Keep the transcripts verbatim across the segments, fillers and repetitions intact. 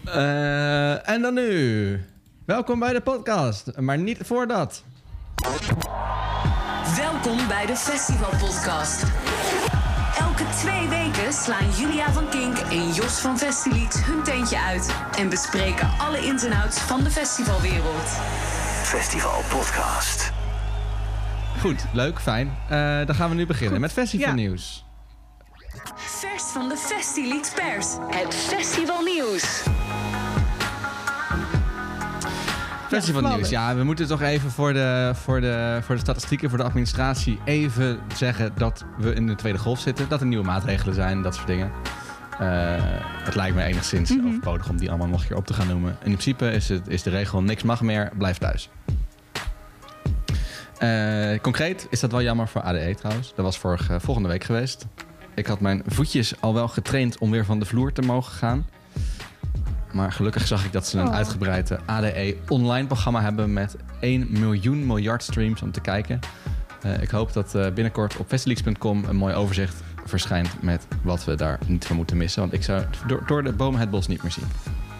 Uh, en dan nu. Welkom bij de podcast, maar niet voordat. Welkom bij de Festivalpodcast. Elke twee weken slaan Julia van Kink en Jos van Festilied hun tentje uit en bespreken alle ins en outs van de festivalwereld. Festivalpodcast. Goed, leuk, fijn. Uh, dan gaan we nu beginnen Goed. met festivalnieuws. Ja. Vers van de Festilied pers. Het festivalnieuws. Festivalnieuws, ja, we moeten toch even voor de, voor, de, voor de statistieken, voor de administratie even zeggen dat we in de tweede golf zitten. Dat er nieuwe maatregelen zijn, dat soort dingen. Uh, het lijkt me enigszins mm-hmm. overbodig om die allemaal nog een keer op te gaan noemen. In principe is, het, is de regel niks mag meer, blijf thuis. Uh, concreet is dat wel jammer voor A D E trouwens. Dat was vorige, volgende week geweest. Ik had mijn voetjes al wel getraind om weer van de vloer te mogen gaan. Maar gelukkig zag ik dat ze een oh. uitgebreid A D E online programma hebben met één miljoen miljard streams om te kijken. Uh, ik hoop dat uh, binnenkort op festileaks punt com een mooi overzicht verschijnt met wat we daar niet van moeten missen. Want ik zou door, door de bomen het bos niet meer zien.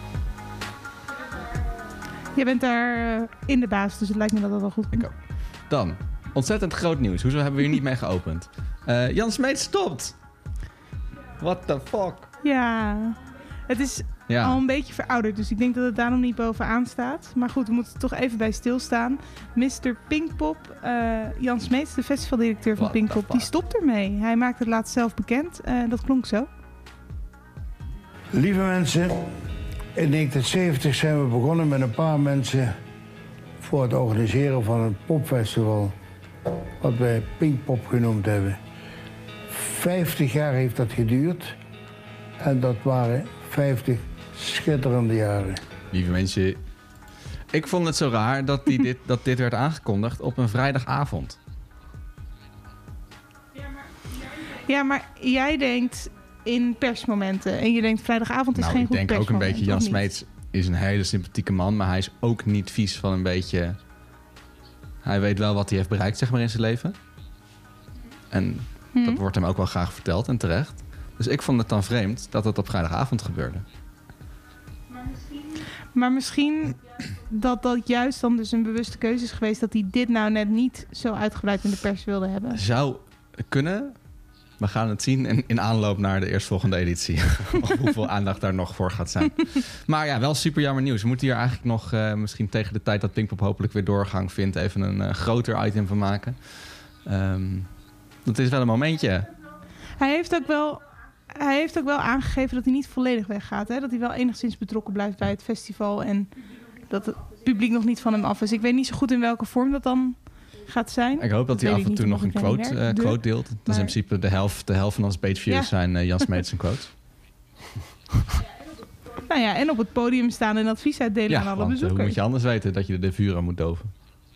Je bent daar uh, in de baas, dus het lijkt me dat dat wel goed komt. Ik ook. Dan, ontzettend groot nieuws. Hoezo hebben we hier niet mee geopend? Uh, Jan Smeets stopt! What the fuck? Ja, het is ja. al een beetje verouderd. Dus ik denk dat het daarom niet bovenaan staat. Maar goed, we moeten er toch even bij stilstaan. mister Pinkpop, uh, Jan Smeets, de festivaldirecteur van What Pinkpop, die stopt ermee. Hij maakte het laatst zelf bekend. Uh, dat klonk zo. Lieve mensen, in negentien zeventig zijn we begonnen met een paar mensen voor het organiseren van een popfestival, wat wij Pinkpop genoemd hebben. Vijftig jaar heeft dat geduurd en dat waren vijftig schitterende jaren. Lieve mensen, ik vond het zo raar dat, die dit, dat dit werd aangekondigd op een vrijdagavond. Ja, maar jij denkt in persmomenten en je denkt vrijdagavond is nou, geen goed persmoment. Ik denk ook een beetje, Jan Smeets is een hele sympathieke man, maar hij is ook niet vies van een beetje. Hij weet wel wat hij heeft bereikt, zeg maar, in zijn leven. En hmm. dat wordt hem ook wel graag verteld en terecht. Dus ik vond het dan vreemd dat het op vrijdagavond gebeurde. Maar misschien, maar misschien dat dat juist dan dus een bewuste keuze is geweest dat hij dit nou net niet zo uitgebreid in de pers wilde hebben. Zou kunnen. We gaan het zien in, in aanloop naar de eerstvolgende editie. Hoeveel aandacht daar nog voor gaat zijn. Maar ja, wel super jammer nieuws. We moeten hier eigenlijk nog, uh, misschien tegen de tijd dat Pinkpop hopelijk weer doorgang vindt, even een uh, groter item van maken. Um, dat is wel een momentje. Hij heeft ook wel, hij heeft ook wel aangegeven dat hij niet volledig weggaat. Hè? Dat hij wel enigszins betrokken blijft bij het festival. En dat het publiek nog niet van hem af is. Ik weet niet zo goed in welke vorm dat dan gaat zijn. Ik hoop dat, dat hij af en toe nog een quote, uh, quote deelt. Dat is in principe de helft, de helft van onze pageviews ja. zijn uh, Jan Smeets en quotes. Nou ja, en op het podium staan en advies uitdelen ja, aan alle want, bezoekers. Hoe moet je anders weten dat je de vuren moet doven?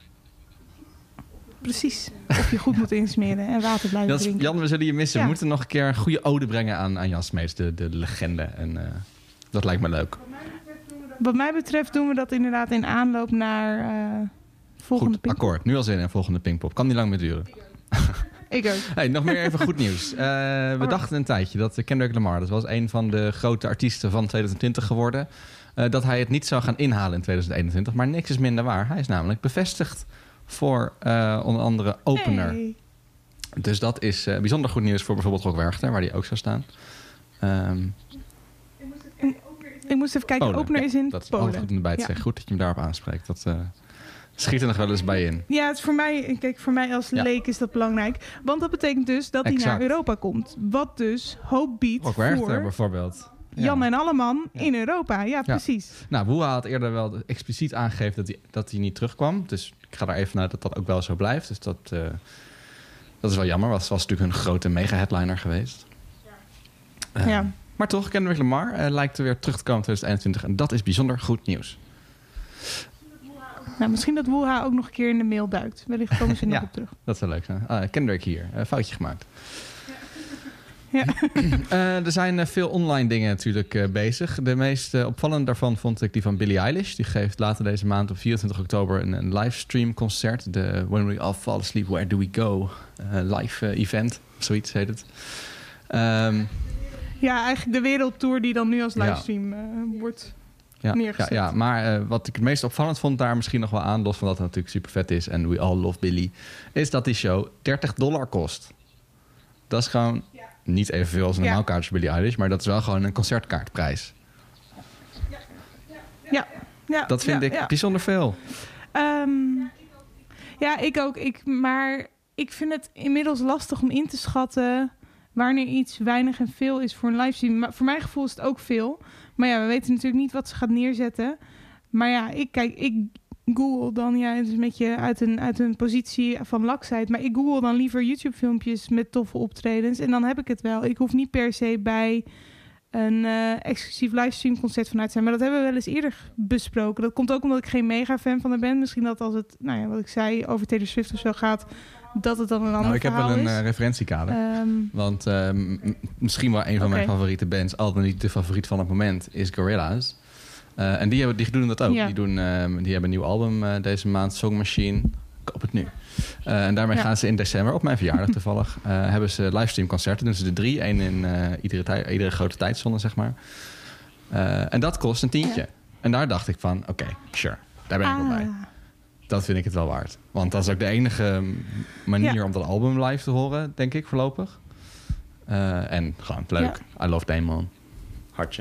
Precies. Of je goed moet insmeren en water blijven Jan, drinken. Jan, we zullen je missen. Ja. We moeten nog een keer een goede ode brengen aan, aan Jan Smeets, de, de legende. En uh, dat lijkt me leuk. Wat mij betreft doen we dat inderdaad in aanloop naar uh, volgende goed, Pinkpop. Akkoord, nu al zin in volgende Pinkpop. Kan niet lang meer duren. Ik ook. Hey, nog meer even goed nieuws. Uh, we dachten een tijdje dat Kendrick Lamar, dat was een van de grote artiesten van twintig twintig geworden, uh, dat hij het niet zou gaan inhalen in twintig eenentwintig. Maar niks is minder waar. Hij is namelijk bevestigd voor uh, onder andere opener. Hey. Dus dat is uh, bijzonder goed nieuws voor bijvoorbeeld Rock Werchter, waar die ook zou staan. Um, ik moest even kijken, Polen. opener ja, is in dat is Polen. altijd goed om erbij te ja. zeggen. Goed dat je me daarop aanspreekt. Dat uh, schiet er nog wel eens bij in. Ja, het is voor mij, kijk, voor mij als ja. leek is dat belangrijk. Want dat betekent dus dat exact. hij naar Europa komt. Wat dus hoop biedt Rock Werchter voor bijvoorbeeld. Jan ja. en Alleman ja. in Europa. Ja, ja. precies. Nou, Woeha had eerder wel expliciet aangegeven dat hij, dat hij niet terugkwam. Dus ik ga er even vanuit dat dat ook wel zo blijft. Dus dat, uh, dat is wel jammer. Want het was natuurlijk een grote mega-headliner geweest. Ja. Uh, ja. Maar toch, Kendrick Lamar uh, lijkt er weer terug te komen in twintig eenentwintig. En dat is bijzonder goed nieuws. Nou, misschien dat Woeha ook nog een keer in de mail duikt. Wellicht komen ze er ja, nog op terug. Dat zou leuk zijn. Uh, Kendrick hier, uh, foutje gemaakt. Ja. uh, er zijn uh, veel online dingen natuurlijk uh, bezig. De meest uh, opvallende daarvan vond ik die van Billie Eilish. Die geeft later deze maand op vierentwintig oktober een, een livestream concert. De When We All Fall Asleep, Where Do We Go? Uh, live uh, event, zoiets heet het. Um, ja, eigenlijk de wereldtour die dan nu als livestream ja. uh, wordt ja, neergezet. Ja, ja, maar uh, wat ik het meest opvallend vond daar misschien nog wel aan... los van dat het natuurlijk super vet is en we all love Billie... is dat die show dertig dollar kost. Dat is gewoon ja. niet evenveel als een normaal ja. kaartje Billie Eilish... maar dat is wel gewoon een concertkaartprijs. Ja, ja. ja. Dat vind ja, ik ja. bijzonder veel. Um, ja, ik ook. Ik, maar ik vind het inmiddels lastig om in te schatten... wanneer iets weinig en veel is voor een livestream. Maar voor mijn gevoel is het ook veel. Maar ja, we weten natuurlijk niet wat ze gaat neerzetten. Maar ja, ik kijk, ik google dan... ja, het is een beetje uit een, uit een positie van laksheid... maar ik google dan liever YouTube-filmpjes met toffe optredens... en dan heb ik het wel. Ik hoef niet per se bij een uh, exclusief livestream-concert vanuit zijn... maar dat hebben we wel eens eerder besproken. Dat komt ook omdat ik geen mega-fan van haar ben. Misschien dat als het, nou ja, wat ik zei, over Taylor Swift of zo gaat... dat het dan een ander nou, ik heb wel een uh, referentiekader. Um, Want uh, m- misschien wel een van okay. mijn favoriete bands... al dan niet de favoriet van het moment, is Gorillaz. Uh, en die, hebben, die doen dat ook. Ja. Die, doen, uh, die hebben een nieuw album uh, deze maand, Song Machine. Koop het nu. Uh, en daarmee ja. gaan ze in december, op mijn verjaardag toevallig... Uh, hebben ze livestream concerten. Doen ze er drie, één in uh, iedere, tij- iedere grote tijdzone, zeg maar. Uh, en dat kost een tientje. Ja. En daar dacht ik van, oké, okay, sure. Daar ben ik ah. wel bij. Dat vind ik het wel waard. Want dat is ook de enige manier ja. om dat album live te horen, denk ik, voorlopig. Uh, en gewoon leuk. Ja. I love Damon. Hartje.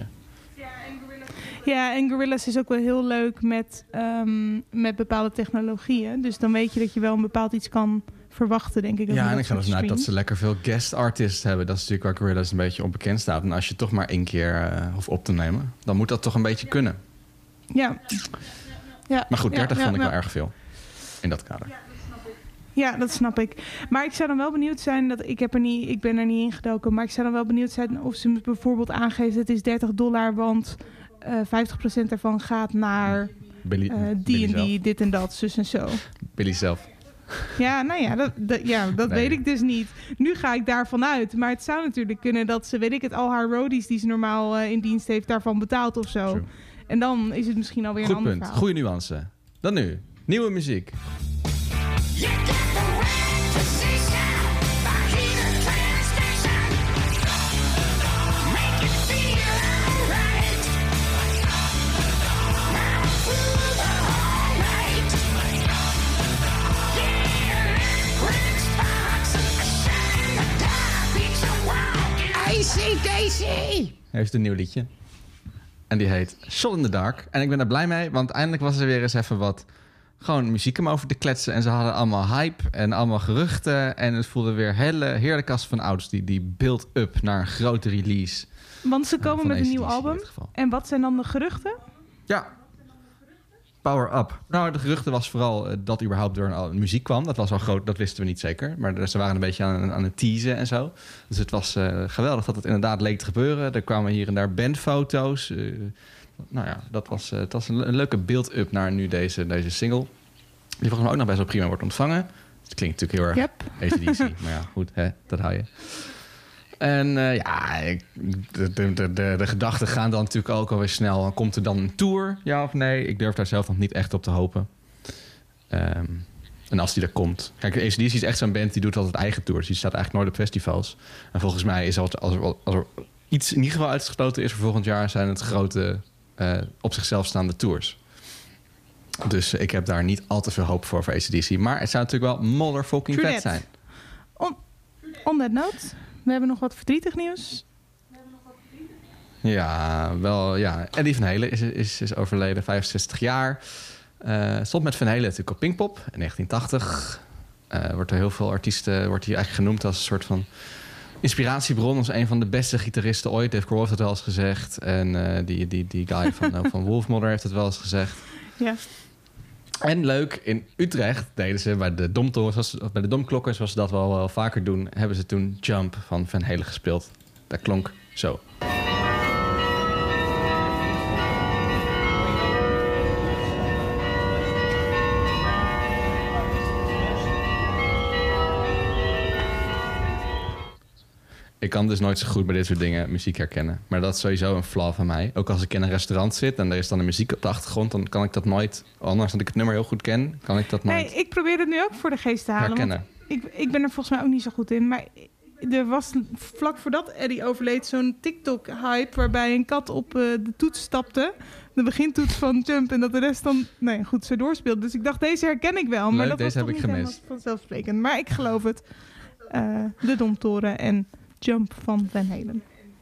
Ja, en Gorillaz is ook wel heel leuk met, um, met bepaalde technologieën. Dus dan weet je dat je wel een bepaald iets kan verwachten, denk ik. Ja, en ik ga ervan uit dat ze lekker veel guest artists hebben. Dat is natuurlijk waar Gorillaz een beetje onbekend staat. En als je toch maar één keer uh, hoeft op te nemen, dan moet dat toch een beetje kunnen. Ja. Ja, maar goed, dertig ja, ja, vond ik ja. wel erg veel in dat kader. Ja, dat snap ik. Maar ik zou dan wel benieuwd zijn, dat ik, heb er niet, ik ben er niet ingedoken... maar ik zou dan wel benieuwd zijn of ze bijvoorbeeld aangeeft... het is dertig dollar, want uh, vijftig procent daarvan gaat naar Billie, uh, die en die, zelf. Dit en dat, zus en zo. Billie zelf. Ja, nou ja, dat, dat, ja, dat nee. weet ik dus niet. Nu ga ik daarvan uit. Maar het zou natuurlijk kunnen dat ze, weet ik het, al haar roadies die ze normaal uh, in dienst heeft, daarvan betaalt of zo. True. En dan is het misschien alweer Goed een ander punt. verhaal. Goede nuance. Dan nu, nieuwe muziek. A C D C! Hij heeft een nieuw liedje. En die heet Shot in the Dark. En ik ben daar blij mee, want eindelijk was er weer eens even wat... gewoon muziek om over te kletsen. En ze hadden allemaal hype en allemaal geruchten. En het voelde weer hele heerlijk als van ouders. Die, die build-up naar een grote release. Want ze komen uh, met een nieuw album. En wat zijn dan de geruchten? Ja. Power Up. Nou, de geruchten was vooral uh, dat überhaupt er een, muziek kwam. Dat was al groot, dat wisten we niet zeker. Maar ze waren een beetje aan, aan het teasen en zo. Dus het was uh, geweldig dat het inderdaad leek te gebeuren. Er kwamen hier en daar bandfoto's. Uh, nou ja, dat was, uh, het was een, een leuke build-up naar nu deze, deze single. Die volgens mij ook nog best wel prima wordt ontvangen. Het klinkt natuurlijk heel erg yep. A C D C. Maar ja, goed, hè, dat hou je. En uh, ja, ik, de, de, de, de gedachten gaan dan natuurlijk ook alweer snel. Komt er dan een tour, ja of nee? Ik durf daar zelf nog niet echt op te hopen. Um, en als die er komt... Kijk, A C D C is echt zo'n band die doet altijd eigen tours. Die staat eigenlijk nooit op festivals. En volgens mij is als, als, er, als er iets in ieder geval uitgesloten is voor volgend jaar... zijn het grote, uh, op zichzelf staande tours. Dus ik heb daar niet al te veel hoop voor voor A C D C. Maar het zou natuurlijk wel motherfucking vet zijn. On, on that note... We hebben nog wat verdrietig nieuws. Ja, wel, ja. Eddie Van Halen is, is, is overleden, vijfenzestig jaar. Uh, stond met Van Halen natuurlijk op Pinkpop in negentien tachtig. Uh, wordt er heel veel artiesten, wordt hij eigenlijk genoemd als een soort van inspiratiebron. Als een van de beste gitaristen ooit. Dave Grohl heeft het wel eens gezegd. En uh, die, die, die guy van, uh, van Wolfmother heeft het wel eens gezegd. Ja. En leuk, in Utrecht deden ze bij de domtorens, of bij de domklokken, zoals ze dat wel, wel vaker doen, hebben ze toen Jump van Van Halen gespeeld. Dat klonk zo. Ik kan dus nooit zo goed bij dit soort dingen muziek herkennen. Maar dat is sowieso een flaw van mij. Ook als ik in een restaurant zit en er is dan een muziek op de achtergrond... dan kan ik dat nooit, ondanks dat ik het nummer heel goed ken... kan ik dat nooit Nee, ik probeer het nu ook voor de geest te halen. herkennen. Ik, ik ben er volgens mij ook niet zo goed in. Maar er was vlak voordat Eddie overleed zo'n TikTok-hype... waarbij een kat op uh, de toets stapte. De begintoets van Jump. En dat de rest dan, nee, goed, zo doorspeelde. Dus ik dacht, deze herken ik wel. Maar Leuk, dat deze was heb toch ik niet gemist. vanzelfsprekend. Maar ik geloof het. Uh, de Domtoren en Jump van Van Halen.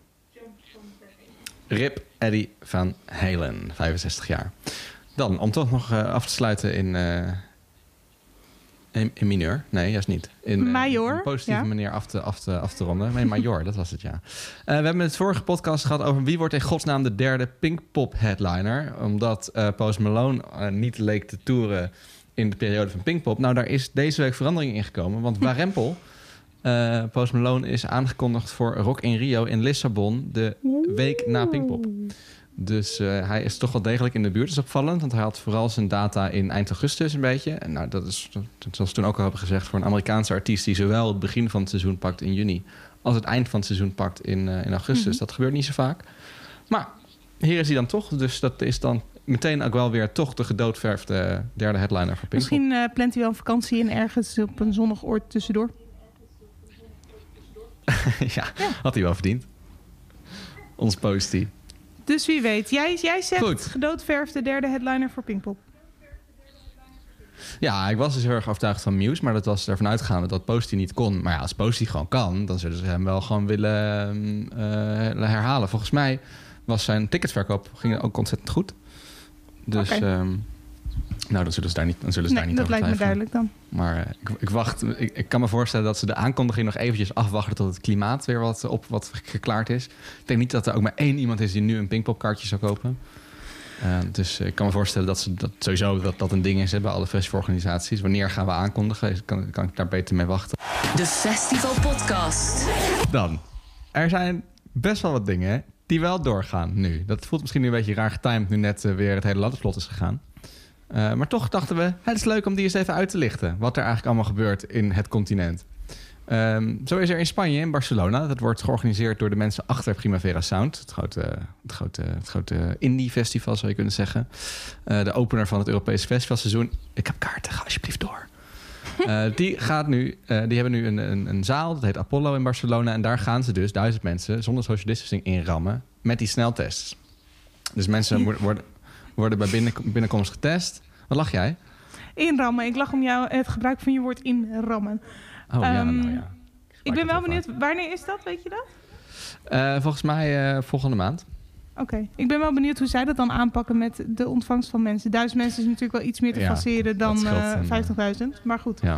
Rip Eddie Van Halen, vijfenzestig jaar. Dan, om toch nog uh, af te sluiten in, uh, in, in mineur. Nee, juist niet. In uh, major, een positieve ja. manier af te, af, te, af te ronden. Nee, major, dat was het, ja. Uh, we hebben het vorige podcast gehad over wie wordt in godsnaam de derde Pinkpop headliner. Omdat uh, Post Malone uh, niet leek te toeren in de periode van Pinkpop. Nou, daar is deze week verandering in gekomen. Want Warempel, uh, Post Malone, is aangekondigd voor Rock in Rio in Lissabon de week na Pinkpop. Dus uh, hij is toch wel degelijk in de buurt. Dat is opvallend, want hij had vooral zijn data in eind augustus een beetje. En nou, dat is, zoals we toen ook al hebben gezegd, voor een Amerikaanse artiest die zowel het begin van het seizoen pakt in juni als het eind van het seizoen pakt in, uh, in augustus. Mm-hmm. Dat gebeurt niet zo vaak. Maar hier is hij dan toch. Dus dat is dan meteen ook wel weer toch de gedoodverfde derde headliner voor Pinkpop. Misschien uh, plant hij wel een vakantie in ergens op een zonnig oord tussendoor. ja, ja, had hij wel verdiend. Ons postie. Dus wie weet. Jij, jij zegt Goed. gedoodverfde derde headliner voor Pinkpop. Ja, ik was dus heel erg overtuigd van Muse, maar dat was ervan uitgaande dat Posty niet kon. Maar ja, als Posty gewoon kan, dan zullen ze hem wel gewoon willen uh, herhalen. Volgens mij was zijn ticketverkoop ging ook ontzettend goed. Dus okay. um, nou, dan zullen ze daar niet, dan zullen ze nee, daar niet over over twijfelen. Dat lijkt me duidelijk dan. Maar uh, ik, ik wacht. Ik, ik kan me voorstellen dat ze de aankondiging nog eventjes afwachten tot het klimaat weer wat op wat geklaard is. Ik denk niet dat er ook maar één iemand is die nu een Pinkpop kaartje zou kopen. Uh, dus ik kan me voorstellen dat ze dat sowieso dat, dat een ding is hè, bij alle festivalorganisaties. Wanneer gaan we aankondigen? Kan, kan ik daar beter mee wachten. De Festival Podcast. Dan, er zijn best wel wat dingen die wel doorgaan nu. Dat voelt misschien nu een beetje raar getimed nu net uh, weer het hele land op slot is gegaan. Uh, maar toch dachten we, het is leuk om die eens even uit te lichten. Wat er eigenlijk allemaal gebeurt in het continent. Um, zo is er in Spanje, in Barcelona. Dat wordt georganiseerd door de mensen achter Primavera Sound. Het grote, het grote, het grote indie-festival, zou je kunnen zeggen. Uh, de opener van het Europese festivalseizoen. Ik heb kaarten, ga alsjeblieft door. Uh, die, gaat nu, uh, die hebben nu een, een, een zaal, dat heet Apollo in Barcelona. En daar gaan ze dus duizend mensen zonder social distancing inrammen met die sneltests. Dus mensen worden, worden, worden bij binnen, binnenkomst getest. Wat lach jij? Inrammen. Ik lach om jou het gebruik van je woord inrammen. Oh ja, um, nou ja. Ik, ik ben wel benieuwd, wanneer is dat? Weet je dat? Uh, volgens mij uh, volgende maand. Oké, okay. Ik ben wel benieuwd hoe zij dat dan aanpakken met de ontvangst van mensen. Duizend mensen is natuurlijk wel iets meer te ja, faceren dan uh, vijftigduizend. Maar goed. Ja.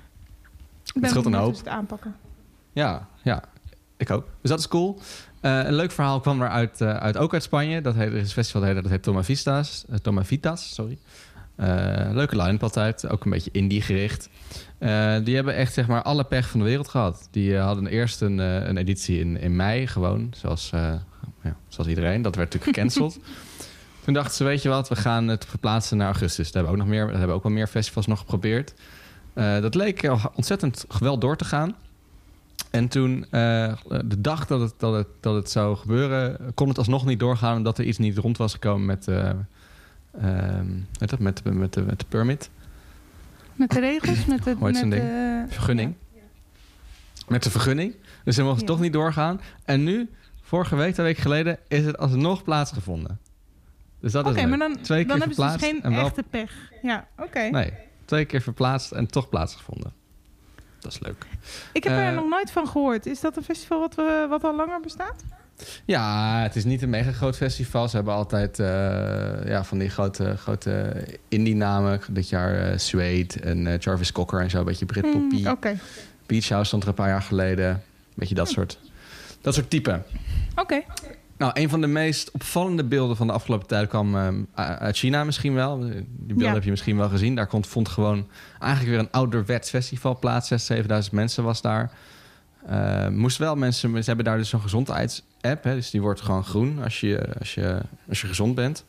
Ik ben benieuwd hoe hoe ze het aanpakken. Ja, ja, ik ook. Dus dat is cool. Uh, een leuk verhaal kwam eruit, uh, uit, ook uit Spanje. Dat heet, er is een festival dat heet Tomavistas. Uh, Tomavitas, sorry. Uh, leuke line-up altijd. Ook een beetje indie gericht. Uh, die hebben echt zeg maar alle pech van de wereld gehad. Die uh, hadden eerst een, uh, een editie in, in mei gewoon. Zoals, uh, ja, zoals iedereen. Dat werd natuurlijk gecanceld. Toen dachten ze, weet je wat, we gaan het verplaatsen naar augustus. Dat hebben ook, nog meer, dat hebben ook wel meer festivals nog geprobeerd. Uh, dat leek ontzettend wel door te gaan. En toen, uh, de dag dat het, dat, het, dat het zou gebeuren, kon het alsnog niet doorgaan omdat er iets niet rond was gekomen met, uh, uh, weet dat, met, met, de, met de permit. Met de regels? Met de, met met de vergunning. Ja. Met de vergunning. Dus ze mochten ja. toch niet doorgaan. En nu, vorige week, twee weken geleden, is het alsnog plaatsgevonden. Dus dat okay, is maar dan, twee keer dan verplaatst. hebben ze dus geen en wel... echte pech. Ja, oké. Okay. Nee, twee keer verplaatst en toch plaatsgevonden. Dat is leuk. Ik heb uh, er nog nooit van gehoord. Is dat een festival wat, we, wat al langer bestaat? Ja, het is niet een mega groot festival. Ze hebben altijd uh, ja, van die grote, grote indie-namen. Dit jaar uh, Suede en uh, Jarvis Cocker en zo. Een beetje Britpoppy. Mm, okay. Beach House stond er een paar jaar geleden. Een beetje dat, mm. soort, dat soort type. Oké. Okay. Nou, een van de meest opvallende beelden van de afgelopen tijd kwam um, uit China misschien wel. Die beelden ja. heb je misschien wel gezien. Daar kon, vond gewoon eigenlijk weer een ouderwets festival plaats. zesduizend, zevenduizend mensen was daar. Uh, moest wel mensen... Ze hebben daar dus zo'n gezondheidsapp. Hè, dus die wordt gewoon groen als je, als, je, als je gezond bent.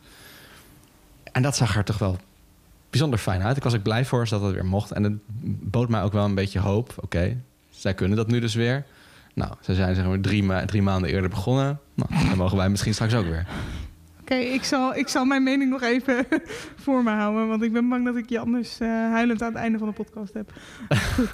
En dat zag er toch wel bijzonder fijn uit. Ik was ook blij voor ze dat het weer mocht. En het bood mij ook wel een beetje hoop. Oké, okay, zij kunnen dat nu dus weer. Nou, ze zijn zeg maar drie, ma- drie maanden eerder begonnen. Nou, dan mogen wij misschien straks ook weer. Oké, okay, ik, zal, ik zal mijn mening nog even voor me houden. Want ik ben bang dat ik je anders uh, huilend aan het einde van de podcast heb. Goed.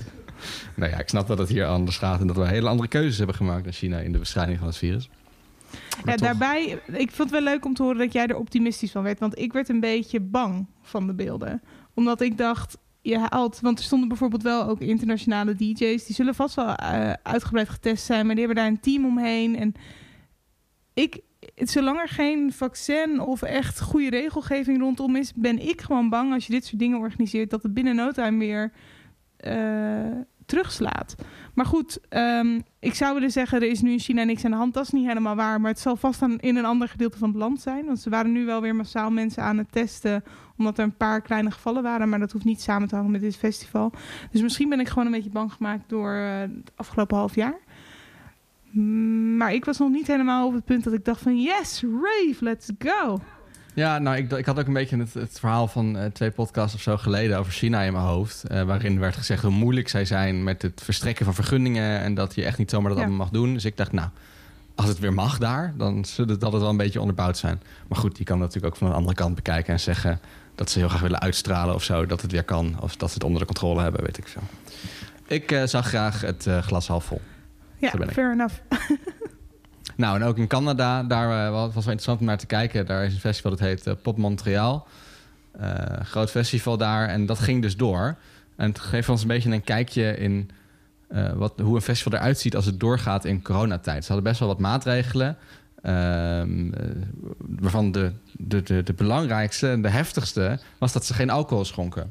Nou ja, ik snap dat het hier anders gaat en dat we hele andere keuzes hebben gemaakt in China in de bestrijding van het virus. Maar ja, toch... daarbij, ik vond het wel leuk om te horen dat jij er optimistisch van werd. Want ik werd een beetje bang van de beelden. Omdat ik dacht, je haalt... Want er stonden bijvoorbeeld wel ook internationale D J's. Die zullen vast wel uh, uitgebreid getest zijn. Maar die hebben daar een team omheen. En ik... Zolang er geen vaccin of echt goede regelgeving rondom is, ben ik gewoon bang als je dit soort dingen organiseert, dat het binnen no time weer uh, terugslaat. Maar goed, um, ik zou willen zeggen, er is nu in China niks aan de hand. Dat is niet helemaal waar, maar het zal vast aan, in een ander gedeelte van het land zijn. Want ze waren nu wel weer massaal mensen aan het testen, omdat er een paar kleine gevallen waren, maar dat hoeft niet samen te hangen met dit festival. Dus misschien ben ik gewoon een beetje bang gemaakt door uh, het afgelopen half jaar. Maar ik was nog niet helemaal op het punt dat ik dacht van yes, rave, let's go. Ja, nou, ik, ik had ook een beetje het, het verhaal van uh, twee podcasts of zo geleden over China in mijn hoofd. Uh, waarin werd gezegd hoe moeilijk zij zijn met het verstrekken van vergunningen. En dat je echt niet zomaar dat ja. allemaal mag doen. Dus ik dacht, nou, als het weer mag daar, dan zullen het altijd wel een beetje onderbouwd zijn. Maar goed, je kan natuurlijk ook van een andere kant bekijken en zeggen dat ze heel graag willen uitstralen of zo. Dat het weer kan, of dat ze het onder de controle hebben, weet ik veel. Ik uh, zag graag het uh, glas half vol. Ja, fair enough. Nou, en ook in Canada, daar uh, was wel interessant om naar te kijken. Daar is een festival dat heet uh, Pop Montreal. Uh, groot festival daar. En dat ging dus door. En het geeft ons een beetje een kijkje in uh, wat, hoe een festival eruit ziet als het doorgaat in coronatijd. Ze hadden best wel wat maatregelen. Uh, uh, waarvan de, de, de, de belangrijkste en de heftigste was dat ze geen alcohol schonken.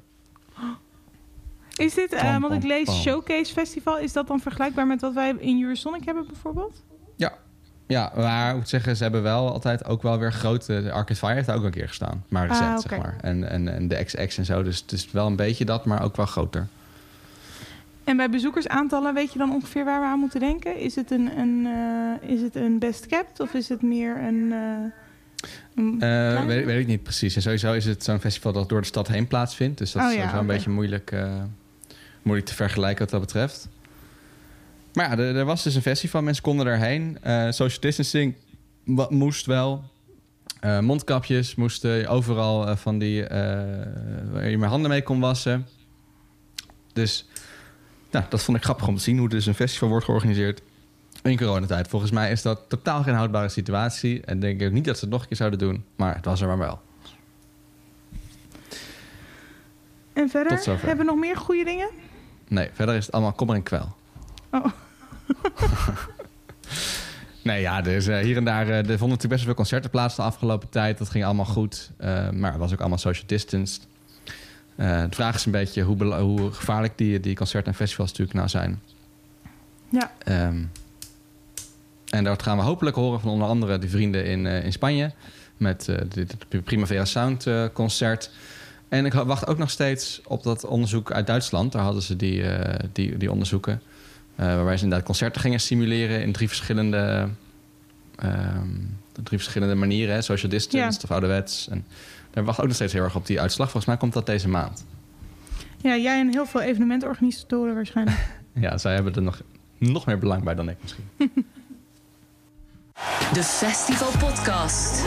Is dit, uh, want ik lees Showcase Festival, is dat dan vergelijkbaar met wat wij in Eurosonic hebben bijvoorbeeld? Ja, ja, maar ik moet zeggen, ze hebben wel altijd ook wel weer grote... De Arcade Fire heeft daar ook een keer gestaan, maar recent, ah, okay. zeg maar. En, en, en de X X en zo, dus het is wel een beetje dat, maar ook wel groter. En bij bezoekersaantallen, weet je dan ongeveer waar we aan moeten denken? Is het een, een, uh, is het een best kept of is het meer een... Uh... Uh, weet, weet ik niet precies. En sowieso is het zo'n festival dat door de stad heen plaatsvindt. Dus dat oh, is ja, okay. een beetje moeilijk, uh, moeilijk te vergelijken wat dat betreft. Maar ja, er, er was dus een festival. Mensen konden erheen. Uh, social distancing wat, moest wel. Uh, mondkapjes moesten overal uh, van die... Uh, waar je mijn handen mee kon wassen. Dus nou, dat vond ik grappig om te zien. Hoe dus een festival wordt georganiseerd in coronatijd. Volgens mij is dat totaal geen houdbare situatie. En denk ik ook niet dat ze het nog een keer zouden doen. Maar het was er maar wel. En verder? Hebben we nog meer goede dingen? Nee, verder is het allemaal kommer en kwel. Oh. Nee, ja, dus uh, hier en daar... Uh, er vonden natuurlijk best wel veel concerten plaats de afgelopen tijd. Dat ging allemaal goed. Uh, maar het was ook allemaal social distanced. Uh, de vraag is een beetje hoe, bela- hoe gevaarlijk die, die concerten en festivals natuurlijk nou zijn. Ja. Um, En dat gaan we hopelijk horen van onder andere de vrienden in, uh, in Spanje. Met uh, het Primavera Sound uh, concert. En ik wacht ook nog steeds op dat onderzoek uit Duitsland. Daar hadden ze die, uh, die, die onderzoeken. Uh, waarbij ze inderdaad concerten gingen simuleren in drie verschillende, um, drie verschillende manieren. Hè? Social distance ja. of ouderwets. En daar wacht ook nog steeds heel erg op die uitslag. Volgens mij komt dat deze maand. Ja, jij en heel veel evenementorganisatoren waarschijnlijk. Ja, zij hebben er nog, nog meer belang bij dan ik misschien. De Festival Podcast.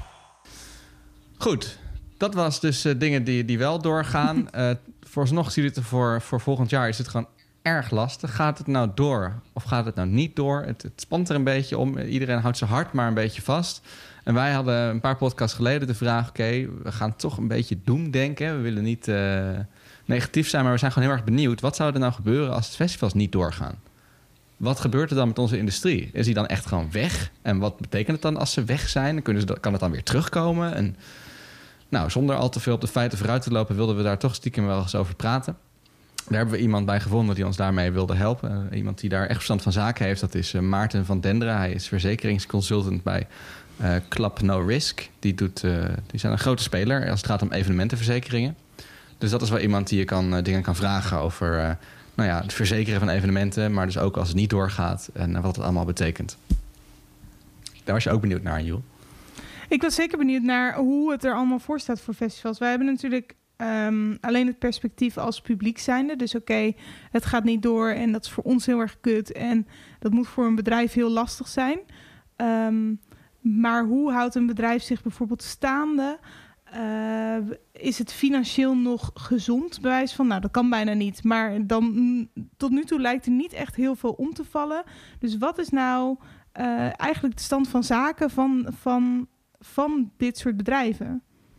Goed, dat was dus uh, dingen die, die wel doorgaan. Uh, vooralsnog zie je het er voor, voor volgend jaar is het gewoon erg lastig. Gaat het nou door of gaat het nou niet door? Het, het spant er een beetje om. Iedereen houdt zijn hart maar een beetje vast. En wij hadden een paar podcasts geleden de vraag... oké, okay, we gaan toch een beetje doemdenken. We willen niet uh, negatief zijn, maar we zijn gewoon heel erg benieuwd. Wat zou er nou gebeuren als de festivals niet doorgaan? Wat gebeurt er dan met onze industrie? Is die dan echt gewoon weg? En wat betekent het dan als ze weg zijn? Kunnen ze, kan het dan weer terugkomen? En, nou, zonder al te veel op de feiten vooruit te lopen... wilden we daar toch stiekem wel eens over praten. Daar hebben we iemand bij gevonden die ons daarmee wilde helpen. Uh, iemand die daar echt verstand van zaken heeft. Dat is uh, Maarten van Denderen. Hij is verzekeringsconsultant bij uh, Club No Risk. Die, doet, uh, die zijn een grote speler als het gaat om evenementenverzekeringen. Dus dat is wel iemand die je kan, uh, dingen kan vragen over... Uh, Nou ja, het verzekeren van evenementen, maar dus ook als het niet doorgaat en wat het allemaal betekent. Daar was je ook benieuwd naar, Joel. Ik was zeker benieuwd naar hoe het er allemaal voor staat voor festivals. Wij hebben natuurlijk um, alleen het perspectief als publiek zijnde. Dus oké, okay, het gaat niet door en dat is voor ons heel erg kut. En dat moet voor een bedrijf heel lastig zijn. Um, maar hoe houdt een bedrijf zich bijvoorbeeld staande... Uh, is het financieel nog gezond? Bewijs van, nou, dat kan bijna niet. Maar dan m, tot nu toe lijkt er niet echt heel veel om te vallen. Dus wat is nou uh, eigenlijk de stand van zaken van, van, van dit soort bedrijven?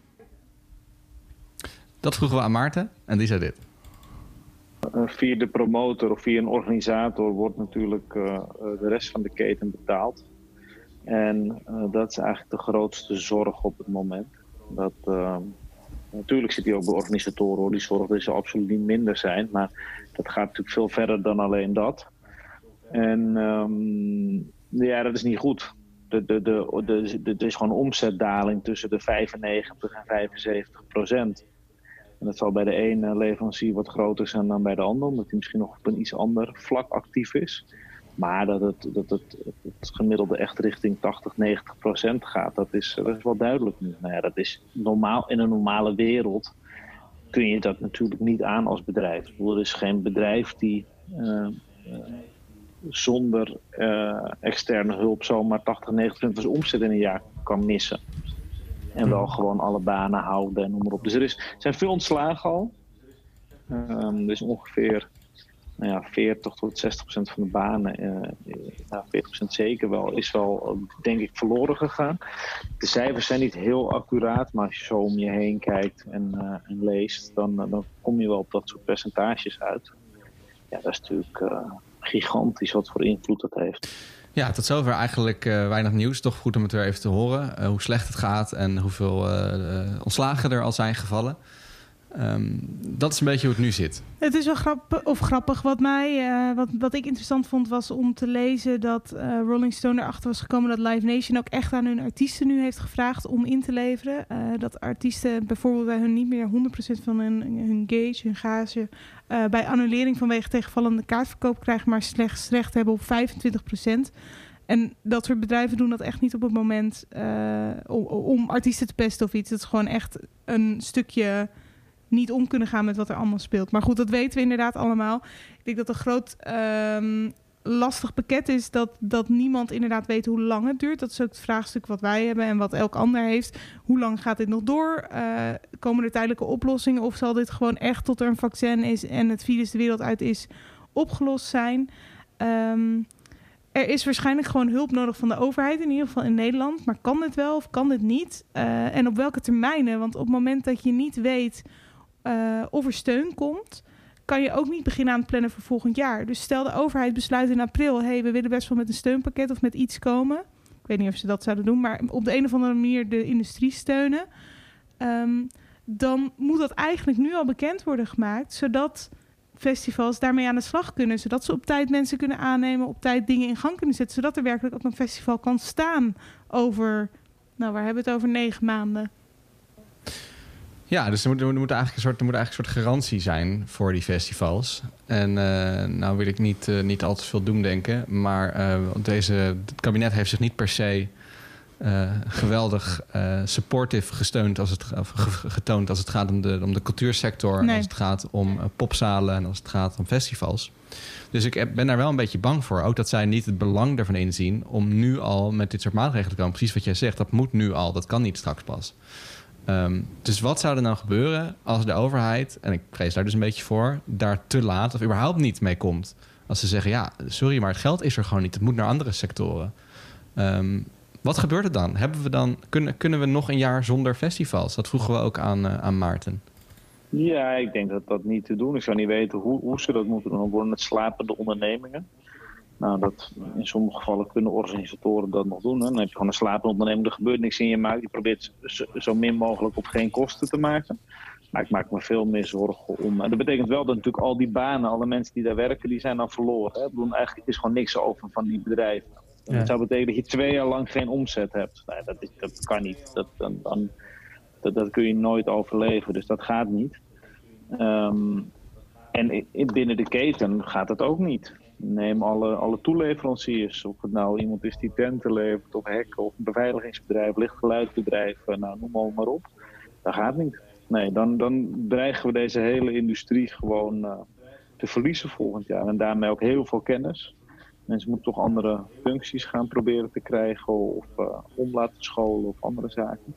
Dat vroegen we aan Maarten en die zei dit. Uh, via de promotor of via een organisator wordt natuurlijk uh, de rest van de keten betaald. En uh, dat is eigenlijk de grootste zorg op het moment. Dat, uh, natuurlijk zit hij ook bij organisatoren, hoor. Die zorg die zal absoluut niet minder zijn. Maar dat gaat natuurlijk veel verder dan alleen dat. En um, ja, dat is niet goed. De, de, de, de, de, er is gewoon een omzetdaling tussen de vijfennegentig en vijfenzeventig procent. En dat zal bij de ene leverancier wat groter zijn dan bij de ander, omdat hij misschien nog op een iets ander vlak actief is. Maar dat het, dat het, het gemiddelde echt richting tachtig, negentig procent gaat, dat is, dat is wel duidelijk nu. Nou ja, dat is normaal, in een normale wereld kun je dat natuurlijk niet aan als bedrijf. Ik bedoel, er is geen bedrijf die uh, uh, zonder uh, externe hulp zomaar tachtig, negentig procent van zijn omzet in een jaar kan missen. En wel gewoon alle banen houden en noem maar op. Dus er, is, er zijn veel ontslagen al. Um, er is ongeveer nou ja, veertig tot zestig procent van de banen, uh, nou, veertig procent zeker wel, is wel, denk ik, verloren gegaan. De cijfers zijn niet heel accuraat, maar als je zo om je heen kijkt en, uh, en leest, dan, uh, dan kom je wel op dat soort percentages uit. Ja, dat is natuurlijk uh, gigantisch wat voor invloed dat heeft. Ja, tot zover eigenlijk uh, weinig nieuws. Toch goed om het weer even te horen. Uh, hoe slecht het gaat en hoeveel uh, uh, ontslagen er al zijn gevallen. Um, dat is een beetje hoe het nu zit. Het is wel grappig, of grappig. Wat mij, uh, wat, wat ik interessant vond, was om te lezen dat uh, Rolling Stone erachter was gekomen dat Live Nation ook echt aan hun artiesten nu heeft gevraagd om in te leveren. Uh, dat artiesten bijvoorbeeld bij hun niet meer honderd procent van hun, hun gage, hun gage, uh, bij annulering vanwege tegenvallende kaartverkoop krijgen, maar slechts recht hebben op vijfentwintig procent. En dat soort bedrijven doen dat echt niet op het moment uh, om, om artiesten te pesten of iets. Het is gewoon echt een stukje niet om kunnen gaan met wat er allemaal speelt. Maar goed, dat weten we inderdaad allemaal. Ik denk dat een groot um, lastig pakket is dat, dat niemand inderdaad weet hoe lang het duurt. Dat is ook het vraagstuk wat wij hebben en wat elk ander heeft. Hoe lang gaat dit nog door? Uh, komen er tijdelijke oplossingen? Of zal dit gewoon echt tot er een vaccin is en het virus de wereld uit is opgelost zijn? Um, er is waarschijnlijk gewoon hulp nodig van de overheid, in ieder geval in Nederland. Maar kan dit wel of kan dit niet? Uh, en op welke termijnen? Want op het moment dat je niet weet Uh, of er steun komt, kan je ook niet beginnen aan het plannen voor volgend jaar. Dus stel de overheid besluit in april, hey, we willen best wel met een steunpakket of met iets komen. Ik weet niet of ze dat zouden doen, maar op de een of andere manier de industrie steunen. Um, dan moet dat eigenlijk nu al bekend worden gemaakt, zodat festivals daarmee aan de slag kunnen. Zodat ze op tijd mensen kunnen aannemen, op tijd dingen in gang kunnen zetten. Zodat er werkelijk ook een festival kan staan over, nou waar hebben we het over, negen maanden. Ja, dus er moet, er moet, eigenlijk, een soort, er moet eigenlijk een soort garantie zijn voor die festivals. En uh, nou wil ik niet, uh, niet al te veel doemdenken, maar uh, deze, het kabinet heeft zich niet per se uh, geweldig uh, supportive gesteund als het, of getoond als het gaat om de, om de cultuursector, nee. Als het gaat om uh, popzalen en als het gaat om festivals. Dus ik ben daar wel een beetje bang voor. Ook dat zij niet het belang ervan inzien om nu al met dit soort maatregelen te komen. Precies wat jij zegt, dat moet nu al, dat kan niet straks pas. Um, dus wat zou er nou gebeuren als de overheid, en ik vrees daar dus een beetje voor, daar te laat of überhaupt niet mee komt? Als ze zeggen, ja, sorry, maar het geld is er gewoon niet. Het moet naar andere sectoren. Um, wat gebeurt er dan? Hebben we dan kunnen, kunnen we nog een jaar zonder festivals? Dat vroegen we ook aan, uh, aan Maarten. Ja, ik denk dat dat niet te doen is. Ik zou niet weten hoe, hoe ze dat moeten doen. Dan worden het slapende ondernemingen. Nou, dat, in sommige gevallen kunnen organisatoren dat nog doen. Hè. Dan heb je gewoon een slapende onderneming, er gebeurt niks in je markt. Je probeert zo, zo min mogelijk op geen kosten te maken. Maar ik maak me veel meer zorgen om. En dat betekent wel dat natuurlijk al die banen, alle mensen die daar werken, die zijn dan verloren. Hè. Ik bedoel, eigenlijk is gewoon niks over van die bedrijven. Ja. Dat zou betekenen dat je twee jaar lang geen omzet hebt. Nee, dat, is, dat kan niet. Dat, dan, dan, dat, dat kun je nooit overleven. Dus dat gaat niet. Um, en in, binnen de keten gaat het ook niet. Neem alle, alle toeleveranciers. Of het nou iemand is die tenten levert, of hekken, of een beveiligingsbedrijf, lichtgeluidbedrijf, nou, noem maar, maar op. Dat gaat niet. Nee, dan, dan dreigen we deze hele industrie gewoon uh, te verliezen volgend jaar. En daarmee ook heel veel kennis. Mensen moeten toch andere functies gaan proberen te krijgen, of uh, om laten scholen, of andere zaken.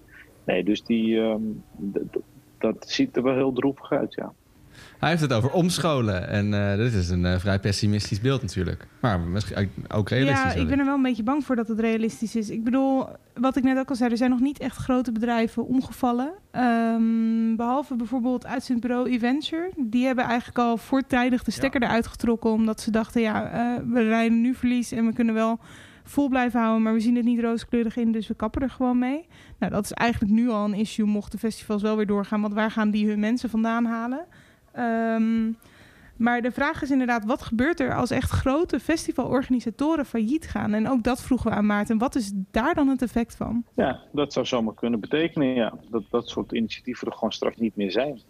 Nee, dus die, um, d- d- dat ziet er wel heel droevig uit, ja. Hij heeft het over omscholen. En uh, dit is een uh, vrij pessimistisch beeld natuurlijk. Maar misschien ook realistisch. Ja, ik ben er wel een beetje bang voor dat het realistisch is. Ik bedoel, wat ik net ook al zei, er zijn nog niet echt grote bedrijven omgevallen. Um, behalve bijvoorbeeld uitzendbureau eVenture. Die hebben eigenlijk al voortijdig de stekker ja. eruit getrokken. Omdat ze dachten, ja, uh, we rijden nu verlies en we kunnen wel vol blijven houden, maar we zien het niet rooskleurig in, dus we kappen er gewoon mee. Nou, dat is eigenlijk nu al een issue, mochten festivals wel weer doorgaan, want waar gaan die hun mensen vandaan halen? Um, maar de vraag is inderdaad, wat gebeurt er als echt grote festivalorganisatoren failliet gaan? En ook dat vroegen we aan Maarten. Wat is daar dan het effect van? Ja, dat zou zomaar kunnen betekenen, ja. Dat dat soort initiatieven er gewoon straks niet meer zijn.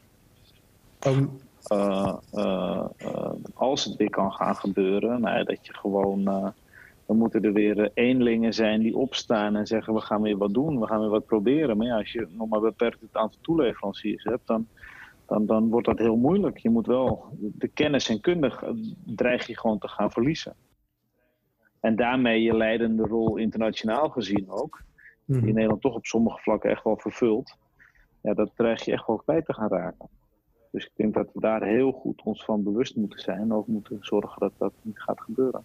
Um. Uh, uh, uh, als het weer kan gaan gebeuren, nou ja, dat je gewoon... Uh, dan moeten er weer eenlingen zijn die opstaan en zeggen, we gaan weer wat doen, we gaan weer wat proberen. Maar ja, als je nog maar beperkt het aantal toeleveranciers hebt, dan... Dan, dan wordt dat heel moeilijk. Je moet wel de kennis en kunde dreig je gewoon te gaan verliezen. En daarmee je leidende rol internationaal gezien ook. Die in Nederland toch op sommige vlakken echt wel vervult. Ja, dat dreig je echt wel kwijt te gaan raken. Dus ik denk dat we daar heel goed ons van bewust moeten zijn. En ook moeten zorgen dat dat niet gaat gebeuren.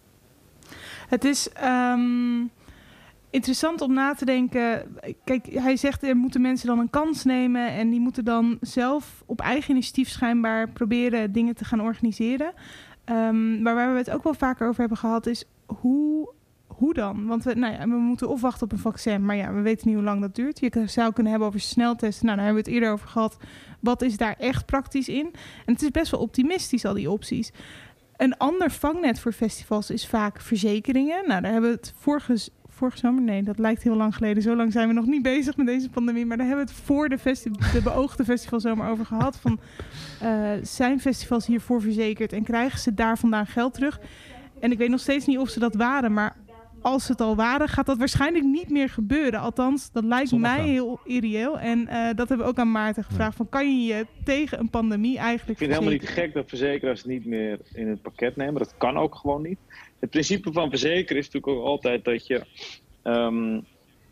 Het is... Um... interessant om na te denken. Kijk, hij zegt er moeten mensen dan een kans nemen en die moeten dan zelf op eigen initiatief schijnbaar proberen dingen te gaan organiseren. Um, maar waar we het ook wel vaker over hebben gehad is hoe, hoe dan? Want we, nou ja, we moeten of wachten op een vaccin, maar ja, we weten niet hoe lang dat duurt. Je zou kunnen hebben over sneltesten. Nou, daar hebben we het eerder over gehad. Wat is daar echt praktisch in? En het is best wel optimistisch, al die opties. Een ander vangnet voor festivals is vaak verzekeringen. Nou, daar hebben we het vorige... Vorige zomer? Nee, dat lijkt heel lang geleden. Zo lang zijn we nog niet bezig met deze pandemie. Maar daar hebben we het voor de, festi- de beoogde festivalzomer over gehad. Van, uh, zijn festivals hiervoor verzekerd en krijgen ze daar vandaan geld terug? En ik weet nog steeds niet of ze dat waren. Maar als ze het al waren, gaat dat waarschijnlijk niet meer gebeuren. Althans, dat lijkt Sommige. mij heel irreëel. En uh, dat hebben we ook aan Maarten gevraagd. Van, kan je je tegen een pandemie eigenlijk Ik vind het helemaal niet gek dat verzekeraars niet meer in het pakket nemen. Dat kan ook gewoon niet. Het principe van verzekeren is natuurlijk ook altijd dat je... Um,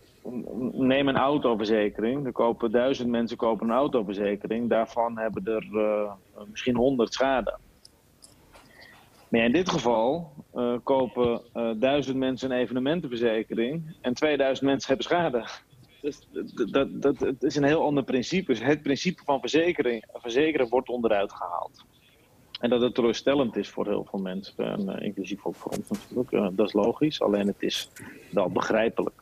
neem een autoverzekering. Er kopen duizend mensen kopen een autoverzekering. Daarvan hebben er uh, misschien honderd schade. Maar ja, in dit geval uh, kopen uh, duizend mensen een evenementenverzekering. En tweeduizend mensen hebben schade. Dus dat, dat, dat, het is een heel ander principe. Dus het principe van verzekering, verzekeren wordt onderuit gehaald. En dat het teleurstellend is voor heel veel mensen, en, uh, inclusief ook voor ons natuurlijk. Uh, dat is logisch, alleen het is wel begrijpelijk.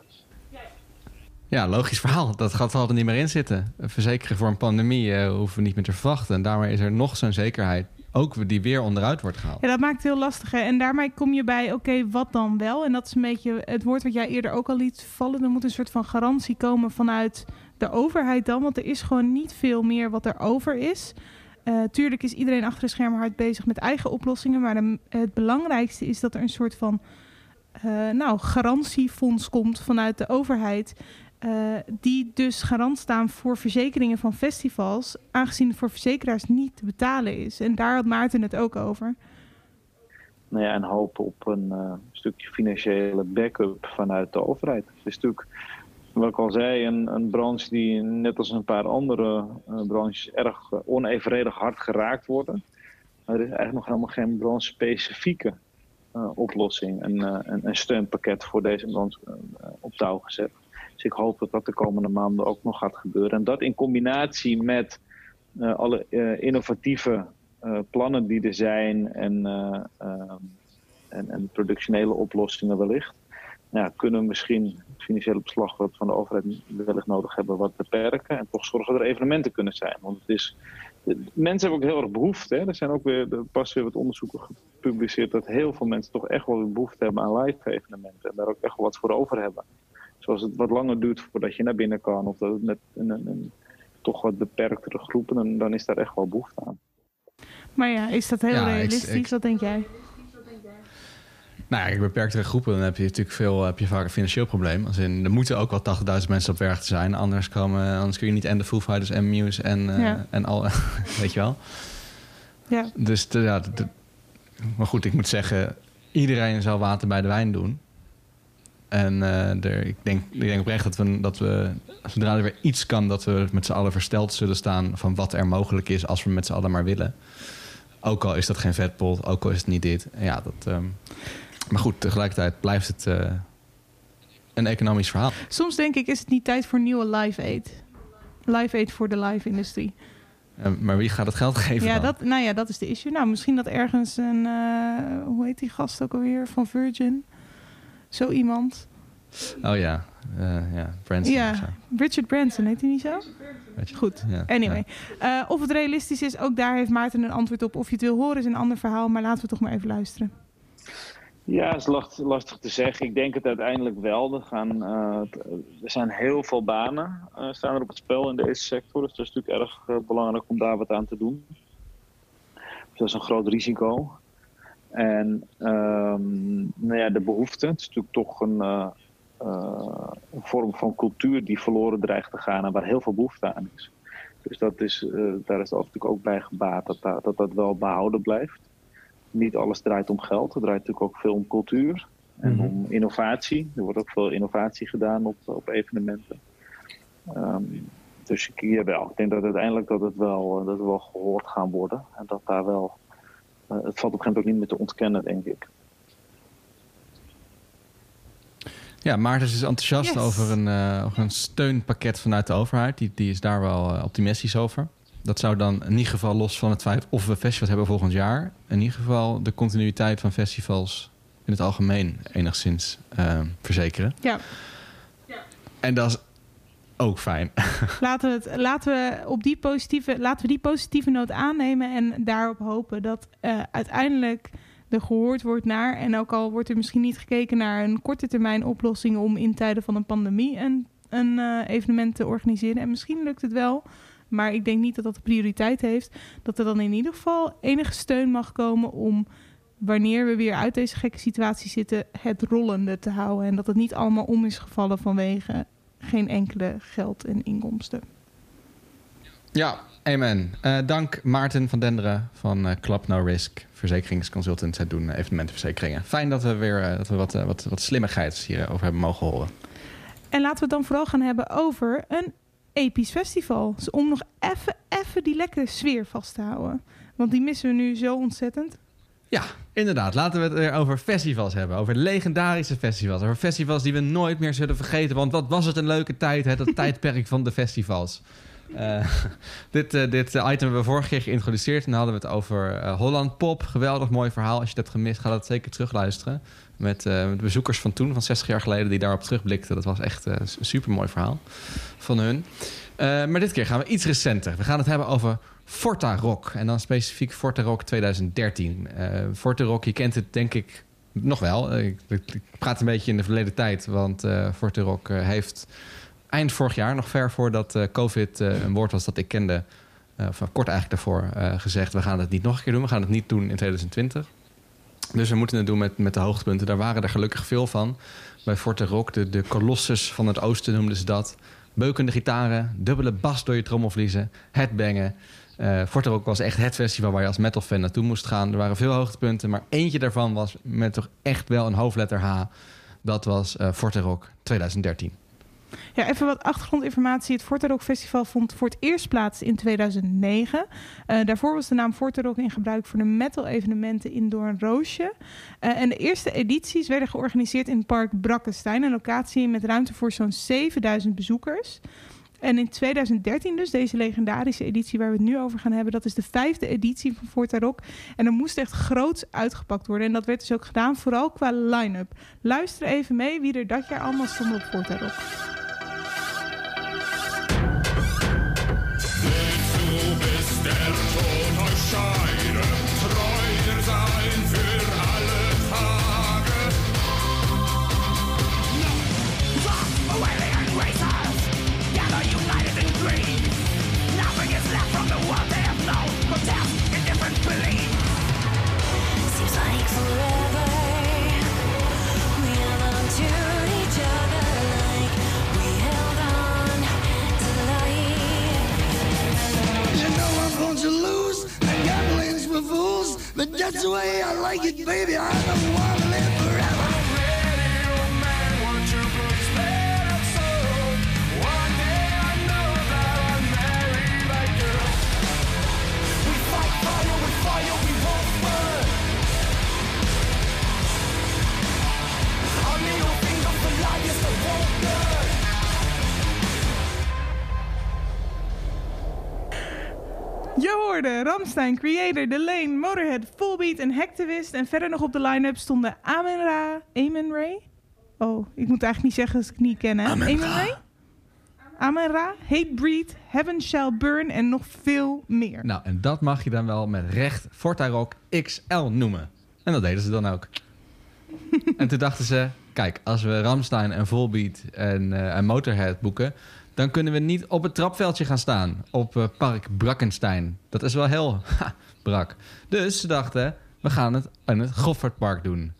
Ja, logisch verhaal. Dat gaat er niet meer in zitten. Verzekeren voor een pandemie uh, hoeven we niet meer te verwachten. En daarmee is er nog zo'n zekerheid, ook die weer onderuit wordt gehaald. Ja, dat maakt het heel lastig. Hè? En daarmee kom je bij, oké, okay, wat dan wel? En dat is een beetje het woord wat jij eerder ook al liet vallen. Er moet een soort van garantie komen vanuit de overheid dan. Want er is gewoon niet veel meer wat er over is. Uh, tuurlijk is iedereen achter de schermen hard bezig met eigen oplossingen. Maar de, het belangrijkste is dat er een soort van uh, nou, garantiefonds komt vanuit de overheid. Uh, die dus garant staan voor verzekeringen van festivals, aangezien het voor verzekeraars niet te betalen is. En daar had Maarten het ook over. Nou ja, en hopen op een uh, stukje financiële backup vanuit de overheid. Het is natuurlijk, wat ik al zei, een, een branche die net als een paar andere uh, branches erg uh, onevenredig hard geraakt worden. Maar er is eigenlijk nog helemaal geen branche-specifieke uh, oplossing en uh, een, een steunpakket voor deze branche uh, op touw gezet. Dus ik hoop dat dat de komende maanden ook nog gaat gebeuren. En dat in combinatie met uh, alle uh, innovatieve uh, plannen die er zijn en, uh, uh, en, en productionele oplossingen wellicht. Ja, kunnen we misschien het financiële beslag wat van de overheid wellicht nodig hebben wat beperken. En toch zorgen dat er evenementen kunnen zijn. Want het is, de, mensen hebben ook heel erg behoefte. Hè? Er zijn ook weer, er pas weer wat onderzoeken gepubliceerd dat heel veel mensen toch echt wel behoefte hebben aan live evenementen. En daar ook echt wel wat voor over hebben. Zoals het wat langer duurt voordat je naar binnen kan. Of dat het met een, een, een toch wat beperktere groepen. En dan is daar echt wel behoefte aan. Maar ja, is dat heel ja, realistisch? Ik, ik... Wat denk jij? Nou ja, beperktere groepen, dan heb je natuurlijk veel, heb je vaak een financieel probleem. Als in, er moeten ook wel tachtigduizend mensen op werk zijn. Anders, komen, anders kun je niet en de Foo Fighters en Muse en, uh, ja. en al, weet je wel. Ja. Dus de, ja, de, maar goed, ik moet zeggen, iedereen zal water bij de wijn doen. En uh, er, ik, denk, ik denk oprecht dat we, dat we, zodra er weer iets kan, dat we met z'n allen versteld zullen staan van wat er mogelijk is als we met z'n allen maar willen. Ook al is dat geen vetpot, ook al is het niet dit. Ja, dat, um... Maar goed, tegelijkertijd blijft het uh, een economisch verhaal. Soms denk ik, is het niet tijd voor nieuwe Live Aid? Live Aid voor de live-industrie. Uh, maar wie gaat het geld geven ja, dan? Dat, nou ja, dat is de issue. Nou, misschien dat ergens een... Uh, hoe heet die gast ook alweer? Van Virgin. Zo iemand. Oh ja, uh, ja, Branson. Ja, Richard Branson, heet hij niet zo? Goed, ja, anyway. Ja. Uh, of het realistisch is, ook daar heeft Maarten een antwoord op. Of je het wil horen is een ander verhaal, maar laten we toch maar even luisteren. Ja, het is lastig, lastig te zeggen. Ik denk het uiteindelijk wel. Er, gaan, uh, er zijn heel veel banen uh, staan er op het spel in deze sector. Dus het is natuurlijk erg uh, belangrijk om daar wat aan te doen. Dus dat is een groot risico. En um, nou ja, de behoefte. Het is natuurlijk toch een, uh, uh, een vorm van cultuur die verloren dreigt te gaan en waar heel veel behoefte aan is. Dus dat is, uh, daar is natuurlijk ook bij gebaat dat dat, dat dat wel behouden blijft. Niet alles draait om geld. Het draait natuurlijk ook veel om cultuur en mm-hmm. om innovatie. Er wordt ook veel innovatie gedaan op, op evenementen. Um, dus ik, jawel, ik denk dat uiteindelijk dat het wel, dat het wel gehoord gaan worden. En dat daar wel... Uh, het valt op een gegeven moment ook niet meer te ontkennen, denk ik. Ja, Maarten is enthousiast yes. over, een, uh, over een steunpakket vanuit de overheid. Die, die is daar wel uh, optimistisch over. Dat zou dan in ieder geval los van het feit of we festivals hebben volgend jaar... in ieder geval de continuïteit van festivals in het algemeen enigszins uh, verzekeren. Ja. ja. En dat is ook fijn. Laten we, het, laten, we op die positieve, laten we die positieve noot aannemen en daarop hopen dat uh, uiteindelijk er gehoord wordt naar... en ook al wordt er misschien niet gekeken naar een korte termijn oplossing... om in tijden van een pandemie een, een uh, evenement te organiseren. En misschien lukt het wel... Maar ik denk niet dat dat de prioriteit heeft. Dat er dan in ieder geval enige steun mag komen om... wanneer we weer uit deze gekke situatie zitten... het rollende te houden. En dat het niet allemaal om is gevallen vanwege geen enkele geld en inkomsten. Ja, amen. Uh, dank Maarten van Denderen van uh, Club No Risk. Verzekeringsconsultants. Zij doen uh, evenementenverzekeringen. Fijn dat we weer uh, dat we wat, uh, wat, wat slimmigheid hierover hebben mogen horen. En laten we het dan vooral gaan hebben over een... episch festival. Dus om nog even, even die lekkere sfeer vast te houden. Want die missen we nu zo ontzettend. Ja, inderdaad. Laten we het weer over festivals hebben. Over legendarische festivals. Over festivals die we nooit meer zullen vergeten. Want wat was het een leuke tijd, hè? Dat tijdperk van de festivals. Uh, dit, uh, dit item hebben we vorige keer geïntroduceerd. En dan hadden we het over uh, Holland Pop. Geweldig mooi verhaal. Als je dat hebt gemist, ga dat zeker terugluisteren. Met uh, de bezoekers van toen, van zestig jaar geleden... die daarop terugblikten. Dat was echt uh, een supermooi verhaal van hun. Uh, maar dit keer gaan we iets recenter. We gaan het hebben over Forta Rock. En dan specifiek Forta Rock twintig dertien. Uh, Forta Rock, je kent het denk ik nog wel. Uh, ik, ik praat een beetje in de verleden tijd. Want uh, Forta Rock uh, heeft eind vorig jaar... nog ver voordat uh, COVID uh, een woord was dat ik kende... Uh, of kort eigenlijk daarvoor uh, gezegd... we gaan het niet nog een keer doen. We gaan het niet doen in twintig twintig. Dus we moeten het doen met, met de hoogtepunten. Daar waren er gelukkig veel van. Bij Forta Rock, de, de kolossus van het oosten noemden ze dat. Beukende gitaren, dubbele bas door je trommelvliezen, headbangen. Uh, Forta Rock was echt het festival waar je als metalfan naartoe moest gaan. Er waren veel hoogtepunten, maar eentje daarvan was met toch echt wel een hoofdletter H. Dat was uh, Forta Rock twintig dertien. Ja, even wat achtergrondinformatie. Het Forta Rock Festival vond voor het eerst plaats in tweeduizend negen. Uh, daarvoor was de naam Forta Rock in gebruik voor de metal-evenementen in Doornroosje. Uh, en de eerste edities werden georganiseerd in het park Brakkestein, een locatie met ruimte voor zo'n zevenduizend bezoekers. En in twintig dertien dus, deze legendarische editie waar we het nu over gaan hebben... dat is de vijfde editie van Forta Rock. En er moest echt groots uitgepakt worden. En dat werd dus ook gedaan, vooral qua line-up. Luister even mee wie er dat jaar allemaal stond op Forta Rock. But that's the way I like it, baby. I don't want to live forever. Radio man, what Je hoorde Rammstein, Creator, Delain, Motorhead, Volbeat en Hacktivist. En verder nog op de line-up stonden Amen Ra, Amen Ray. Oh, ik moet eigenlijk niet zeggen als ik het niet ken, hè? Amen Ray? Amen Ra, Hatebreed, Heaven Shall Burn en nog veel meer. Nou, en dat mag je dan wel met recht Fortarock X L noemen. En dat deden ze dan ook. En toen dachten ze, kijk, als we Rammstein en Volbeat en, uh, en Motorhead boeken, dan kunnen we niet op het trapveldje gaan staan op uh, Park Brackenstein. Dat is wel heel ha, brak. Dus ze dachten, we gaan het in het Goffertpark doen.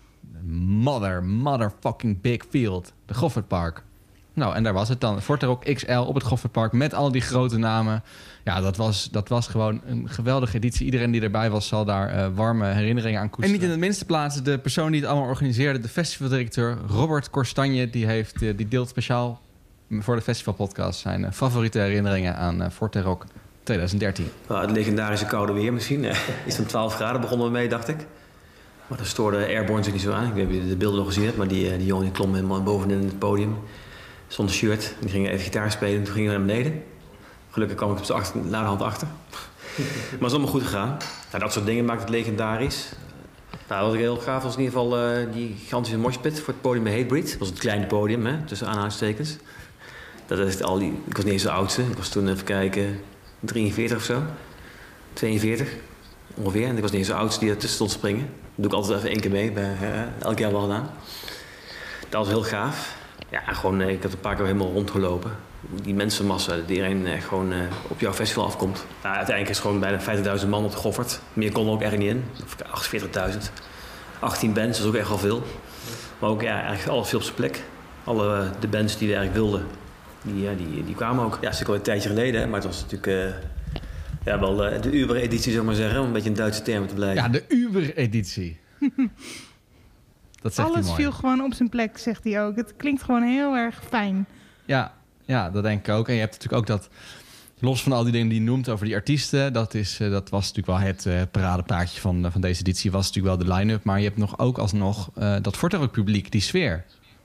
Mother, motherfucking big field. De Goffertpark. Nou, en daar was het dan. Fortarock X L op het Goffertpark met al die grote namen. Ja, dat was, dat was gewoon een geweldige editie. Iedereen die erbij was, zal daar uh, warme herinneringen aan koesteren. En niet in het minste plaats de persoon die het allemaal organiseerde, de festivaldirecteur Robert Korstanje, die, heeft, uh, die deelt speciaal voor de festivalpodcast zijn uh, favoriete herinneringen aan uh, Fortarock twintig dertien. Nou, het legendarische koude weer misschien. Is van twaalf graden begonnen we mee, dacht ik. Maar dat stoorde Airborne zich niet zo aan. Ik weet niet of je de beelden nog gezien hebt, maar die, die jongen die klom helemaal bovenin het podium. Zonder shirt. Die gingen even gitaar spelen en toen gingen we naar beneden. Gelukkig kwam ik op zijn achter, na de hand achter. Maar het is allemaal goed gegaan. Nou, dat soort dingen maakt het legendarisch. Nou, wat ik heel gaaf was in ieder geval uh, die gigantische moshpit voor het podium bij Hatebreed. Dat was het kleine podium, hè, tussen aanhalingstekens. Dat is al die, ik was niet eens de oudste. Ik was toen, even kijken, drieënveertig of zo. tweeënveertig ongeveer. En ik was niet eens de oudste die ertussen stond springen. Dat doe ik altijd even één keer mee. Bij, uh, elk jaar wel gedaan. Dat was heel gaaf. Ja, gewoon, ik heb een paar keer helemaal rondgelopen. Die mensenmassa, die iedereen eh, gewoon uh, op jouw festival afkomt. Nou, uiteindelijk is het gewoon bijna vijftigduizend man op de Goffert. Meer kon er ook echt niet in. Of achtenveertigduizend. achttien bands, dat is ook echt wel veel. Maar ook ja, eigenlijk alles veel op zijn plek. Alle uh, de bands die we eigenlijk wilden, die, uh, die, die kwamen ook. Ja, dat is al een tijdje geleden, maar het was natuurlijk uh, ja, wel uh, de Uber-editie, zou ik maar zeggen. Om een beetje een Duitse term te blijven. Ja, de Uber-editie. Dat zegt alles hij mooi. Viel gewoon op zijn plek, zegt hij ook. Het klinkt gewoon heel erg fijn. Ja, ja, dat denk ik ook. En je hebt natuurlijk ook dat, los van al die dingen die je noemt over die artiesten, dat, is, uh, dat was natuurlijk wel het uh, paradepaardje van, uh, van deze editie, was natuurlijk wel de line-up. Maar je hebt nog ook alsnog uh, dat Fortarock publiek, die sfeer.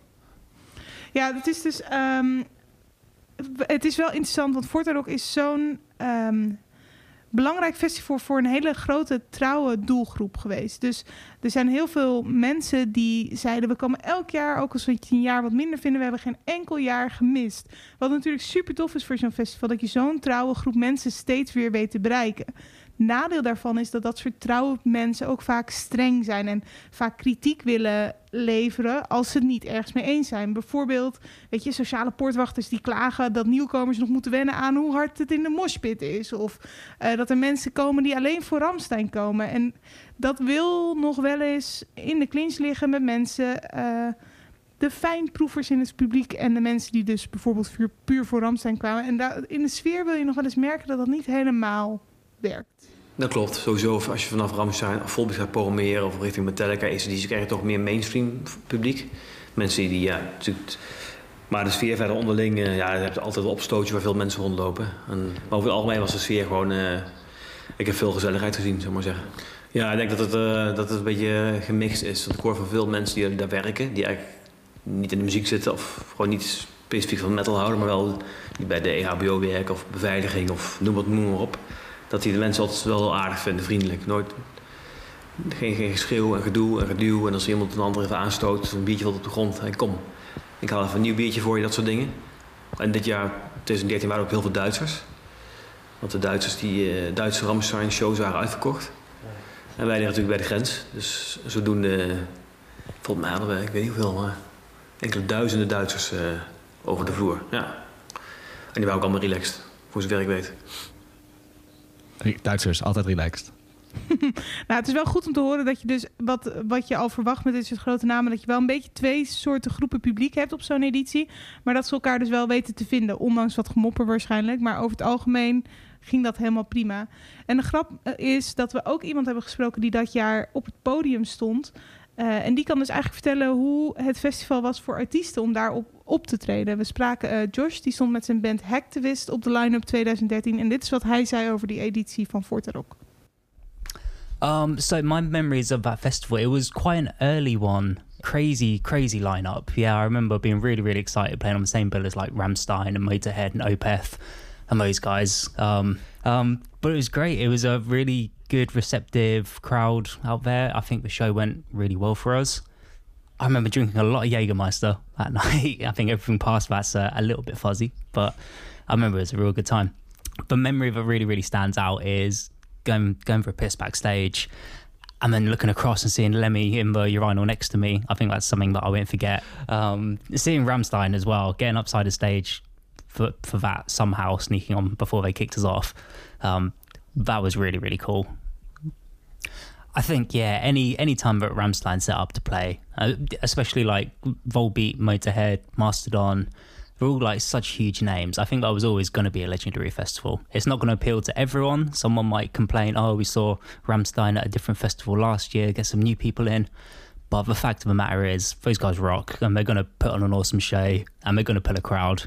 Ja, dat is dus... Um, het is wel interessant, want Fortarock is zo'n Um, belangrijk festival voor een hele grote trouwe doelgroep geweest. Dus er zijn heel veel mensen die zeiden, we komen elk jaar, ook als we het een jaar wat minder vinden, we hebben geen enkel jaar gemist. Wat natuurlijk super tof is voor zo'n festival, dat je zo'n trouwe groep mensen steeds weer weet te bereiken. Nadeel daarvan is dat dat soort trouwe mensen ook vaak streng zijn en vaak kritiek willen leveren als ze het niet ergens mee eens zijn. Bijvoorbeeld, weet je, sociale poortwachters die klagen dat nieuwkomers nog moeten wennen aan hoe hard het in de moshpit is. Of uh, dat er mensen komen die alleen voor Rammstein komen. En dat wil nog wel eens in de clinch liggen met mensen, uh, de fijnproevers in het publiek en de mensen die dus bijvoorbeeld puur, puur voor Rammstein kwamen. En daar, in de sfeer wil je nog wel eens merken dat dat niet helemaal werkt. Dat klopt. Sowieso als je vanaf Rammstein of Volbeat gaat programmeren of richting Metallica, is die krijgen toch meer mainstream publiek. Mensen die, ja, natuurlijk. Maar de sfeer verder onderling, uh, ja, je hebt altijd een opstootje waar veel mensen rondlopen. En, maar over het algemeen was de sfeer gewoon, uh, ik heb veel gezelligheid gezien, zou ik maar zeggen. Ja, ik denk dat het, uh, dat het een beetje gemixt is. Want ik hoor van veel mensen die daar werken, die eigenlijk niet in de muziek zitten of gewoon niet specifiek van metal houden, maar wel die bij de E H B O werken of beveiliging of noem wat noem maar op. Dat die de mensen altijd wel heel aardig vinden, vriendelijk. Nooit, geen, geen geschreeuw en gedoe en geduw. En als iemand een ander even aanstoot, een biertje valt op de grond. Hey, kom, ik haal even een nieuw biertje voor je, dat soort dingen. En dit jaar, twintig dertien, waren ook heel veel Duitsers. Want de Duitsers, die uh, Duitse Rammstein shows waren uitverkocht. En wij liggen natuurlijk bij de grens. Dus zodoende, volgens mij hadden we, ik weet niet hoeveel, maar enkele duizenden Duitsers uh, over de vloer. Ja. En die waren ook allemaal relaxed, voor zover ik weet. Duitsers, altijd relaxed. Nou, het is wel goed om te horen dat je dus, wat, wat je al verwacht met dit soort grote namen, dat je wel een beetje twee soorten groepen publiek hebt op zo'n editie. Maar dat ze elkaar dus wel weten te vinden, ondanks wat gemopper waarschijnlijk. Maar over het algemeen ging dat helemaal prima. En de grap is dat we ook iemand hebben gesproken die dat jaar op het podium stond. Uh, en die kan dus eigenlijk vertellen hoe het festival was voor artiesten om daarop op te treden. We spraken uh, Josh, die stond met zijn band Hacktivist op de line-up twintig dertien. En dit is wat hij zei over die editie van Fortarock. Um, so my memories of that festival, it was quite an early one. Crazy, crazy lineup. Yeah, I remember being really, really excited playing on the same bill as like Rammstein and Motorhead and Opeth and those guys. Um, Um, but it was great. It was a really good, receptive crowd out there. I think the show went really well for us. I remember drinking a lot of Jägermeister that night. I think everything past that's uh, a little bit fuzzy, but I remember it was a real good time. The memory that really, really stands out is going going for a piss backstage and then looking across and seeing Lemmy in the urinal next to me. I think that's something that I won't forget. Um, seeing Rammstein as well, getting upside the stage for, for that, somehow sneaking on before they kicked us off. Um, that was really, really cool. I think, yeah, any any time that Rammstein set up to play, uh, especially like Volbeat, Motorhead, Mastodon, they're all like such huge names. I think that was always going to be a legendary festival. It's not going to appeal to everyone. Someone might complain, oh, we saw Rammstein at a different festival last year, get some new people in. But the fact of the matter is, those guys rock, and they're going to put on an awesome show, and they're going to pull a crowd.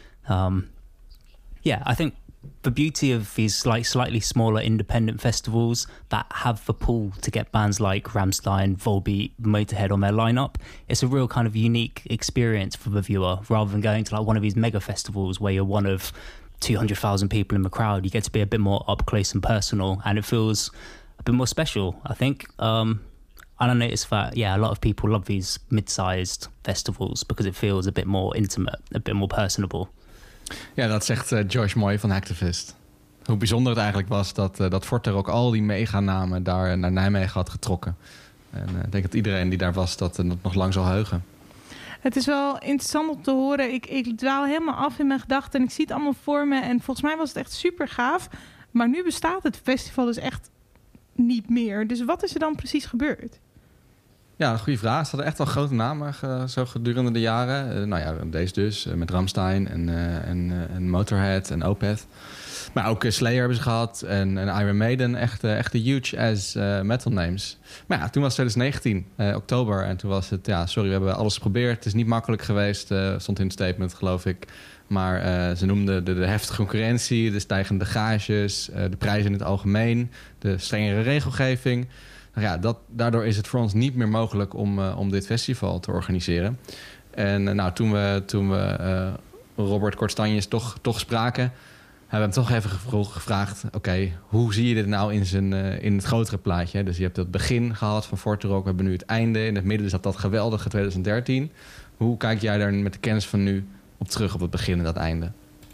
Um, yeah, I think the beauty of these like slightly smaller independent festivals that have the pull to get bands like Rammstein, Volbeat, Motorhead on their lineup, it's a real kind of unique experience for the viewer, rather than going to like one of these mega festivals where you're one of two hundred thousand people in the crowd. You get to be a bit more up close and personal, and it feels a bit more special, I think. Um, and I noticed that, yeah, a lot of people love these mid-sized festivals because it feels a bit more intimate, a bit more personable. Ja, dat zegt uh, Josh Moy van Hacktivist. Hoe bijzonder het eigenlijk was dat, uh, dat Forte Rock al die meganamen daar naar Nijmegen had getrokken. En uh, ik denk dat iedereen die daar was dat, uh, dat nog lang zal heugen. Het is wel interessant om te horen. Ik, ik dwaal helemaal af in mijn gedachten en ik zie het allemaal voor me. En volgens mij was het echt super gaaf. Maar nu bestaat het festival dus echt niet meer. Dus wat is er dan precies gebeurd? Ja, een goede vraag. Er hadden echt wel grote namen uh, zo gedurende de jaren. Uh, nou ja, deze dus, uh, met Rammstein en, uh, en, uh, en Motorhead en Opeth. Maar ook uh, Slayer hebben ze gehad en, en Iron Maiden. Echt, uh, echt de huge as uh, metal names. Maar ja, toen was het twintig negentien, uh, oktober. En toen was het, ja, sorry, we hebben alles geprobeerd. Het is niet makkelijk geweest, uh, stond in het statement, geloof ik. Maar uh, ze noemden de, de heftige concurrentie, de stijgende gages, uh, de prijzen in het algemeen, de strengere regelgeving. Nou ja, dat, daardoor is het voor ons niet meer mogelijk om, uh, om dit festival te organiseren. En uh, nou, toen we, toen we uh, Robert Kortstanjes toch, toch spraken, hebben we hem toch even gevro- gevraagd... oké, okay, hoe zie je dit nou in, zijn, uh, in het grotere plaatje? Dus je hebt het begin gehad van Forte Rock, we hebben nu het einde. In het midden zat dat geweldige twintig dertien. Hoe kijk jij daar met de kennis van nu op terug, op het begin en dat einde?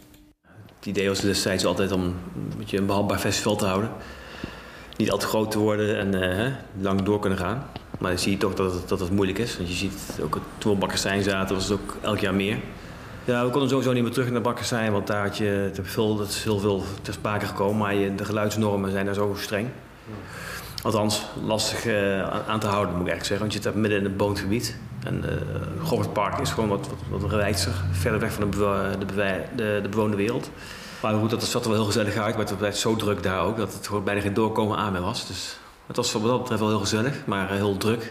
Het idee was destijds altijd om een beetje een behapbaar festival te houden. Niet al te groot te worden en uh, lang door kunnen gaan. Maar dan zie je toch dat het, dat het moeilijk is. Want je ziet ook toen we op Bakkerstein zaten, was het ook elk jaar meer. Ja, we konden sowieso niet meer terug naar Bakkerstein, want daar had je te veel, dat is heel veel ter sprake gekomen. Maar je, de geluidsnormen zijn daar zo streng. Althans, lastig uh, aan te houden moet ik eigenlijk zeggen. Want je zit daar midden in het bewoond gebied. En uh, Goffertpark is gewoon wat, wat, wat rechtser, verder weg van de, bewo- de, bewe- de, de bewoonde wereld. Maar goed, dat zat er wel heel gezellig uit. Maar het werd zo druk daar ook dat het gewoon bijna geen doorkomen aan meer was. Dus het was wat dat betreft wel heel gezellig, maar heel druk.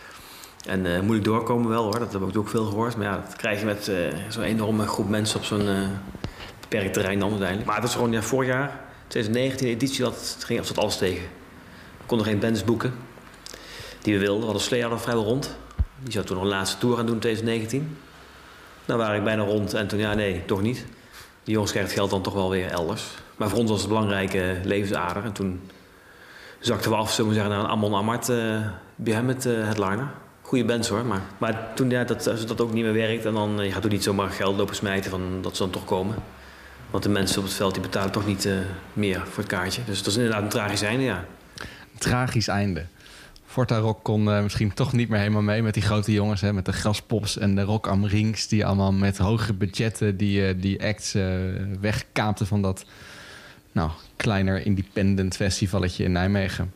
En uh, moeilijk doorkomen wel hoor, dat heb ik ook veel gehoord. Maar ja, dat krijg je met uh, zo'n enorme groep mensen op zo'n uh, beperkt terrein dan uiteindelijk. Maar het was gewoon ja, vorig jaar, twintig negentien editie, dat ging zat alles tegen. We konden geen bands boeken die we wilden. We hadden Slayer al vrijwel rond. Die zou toen nog een laatste tour gaan doen in twintig negentien. Nou waren ik bijna rond en toen ja, nee, toch niet. Die jongens krijgen het geld dan toch wel weer elders. Maar voor ons was het een belangrijke levensader. En toen zakten we af, zullen we zeggen, naar een Amon Amarth uh, bij hem met uh, headliner. Goeie bands hoor, maar, maar toen ja, dat, als dat ook niet meer werkt... en dan je gaat ook niet zomaar geld lopen smijten van dat ze dan toch komen. Want de mensen op het veld die betalen toch niet uh, meer voor het kaartje. Dus dat is inderdaad een tragisch einde, ja. Een tragisch einde. Forte Rock kon uh, misschien toch niet meer helemaal mee met die grote jongens. Hè, met de Graspops en de Rock am Rings. Die allemaal met hogere budgetten die, uh, die acts uh, wegkaapten van dat nou, kleiner independent festivalletje in Nijmegen.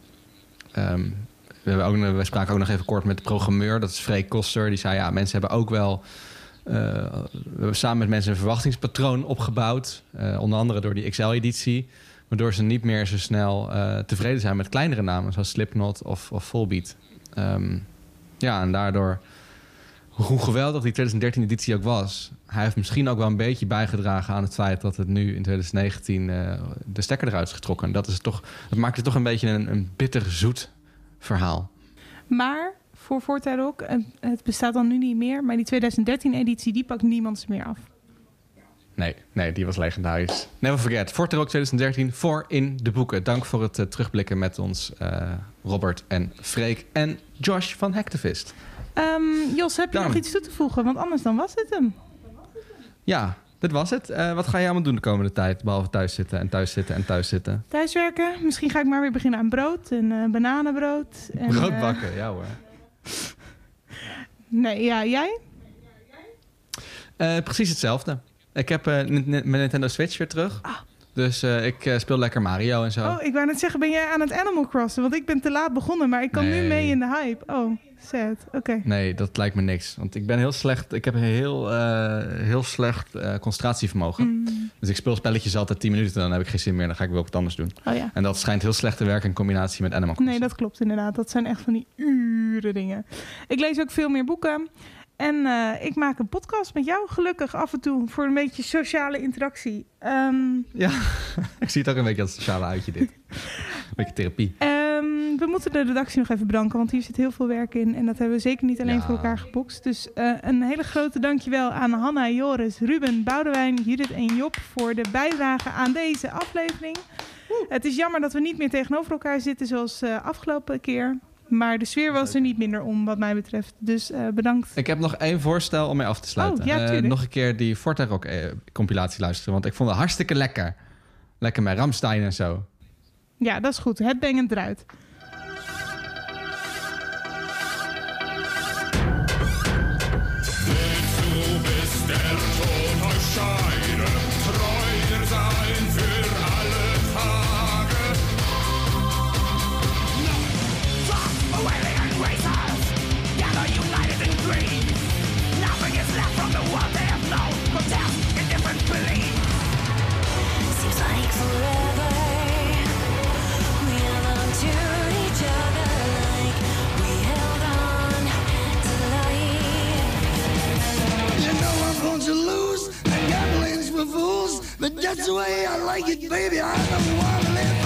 Um, we, hebben ook, we spraken ook nog even kort met de programmeur. Dat is Freek Koster. Die zei ja, mensen hebben ook wel... Uh, we hebben samen met mensen een verwachtingspatroon opgebouwd. Uh, onder andere door die X L-editie. Waardoor ze niet meer zo snel uh, tevreden zijn met kleinere namen, zoals Slipknot of, of Volbeat. Um, ja, en daardoor, hoe geweldig die twintig dertien editie ook was, hij heeft misschien ook wel een beetje bijgedragen aan het feit dat het nu in twintig negentien uh, de stekker eruit is getrokken. Dat, is toch, dat maakt het toch een beetje een, een bitterzoet verhaal. Maar voor Forte Rock, het bestaat dan nu niet meer, maar die twintig dertien editie, die pakt niemand meer af. Nee, nee, die was legendarisch. Never forget. Forte Rock twintig dertien voor in de boeken. Dank voor het uh, terugblikken met ons, uh, Robert en Freek en Josh van Hacktivist. Um, Jos, heb je dan nog iets toe te voegen? Want anders dan was het hem. Ja, dit was het. Uh, wat ga je allemaal doen de komende tijd? Behalve thuis zitten en thuis zitten en thuis zitten. Thuiswerken. Misschien ga ik maar weer beginnen aan brood en uh, bananenbrood. En, brood bakken, uh... ja hoor. Nee, ja, jij? Uh, precies hetzelfde. Ik heb uh, n- n- mijn Nintendo Switch weer terug. Ah. Dus uh, ik uh, speel lekker Mario en zo. Oh, ik wou net zeggen, ben jij aan het Animal Crossen? Want ik ben te laat begonnen, maar ik kan nee. nu mee in de hype. Oh, sad. Oké. Okay. Nee, dat lijkt me niks. Want ik ben heel slecht. Ik heb een heel, uh, heel slecht uh, concentratievermogen. Mm. Dus ik speel spelletjes altijd tien minuten. Dan heb ik geen zin meer. Dan ga ik weer wat anders doen. Oh, ja. En dat schijnt heel slecht te werken in combinatie met Animal Crossing. Nee, dat klopt inderdaad. Dat zijn echt van die uren dingen. Ik lees ook veel meer boeken. En uh, ik maak een podcast met jou, gelukkig, af en toe, voor een beetje sociale interactie. Um, ja, ik zie het ook een beetje als sociale uitje dit. Een beetje therapie. Um, we moeten de redactie nog even bedanken, want hier zit heel veel werk in. En dat hebben we zeker niet alleen ja. voor elkaar gebokst. Dus uh, een hele grote dankjewel aan Hanna, Joris, Ruben, Boudewijn, Judith en Job voor de bijdrage aan deze aflevering. Oeh. Het is jammer dat we niet meer tegenover elkaar zitten zoals uh, afgelopen keer. Maar de sfeer was er niet minder om, wat mij betreft. Dus uh, bedankt. Ik heb nog één voorstel om mee af te sluiten. Oh, ja, uh, nog een keer die Forte Rock uh, compilatie luisteren. Want ik vond het hartstikke lekker. Lekker met Rammstein en zo. Ja, dat is goed. Het bengend eruit. But that's the way I like it, baby. I don't want to live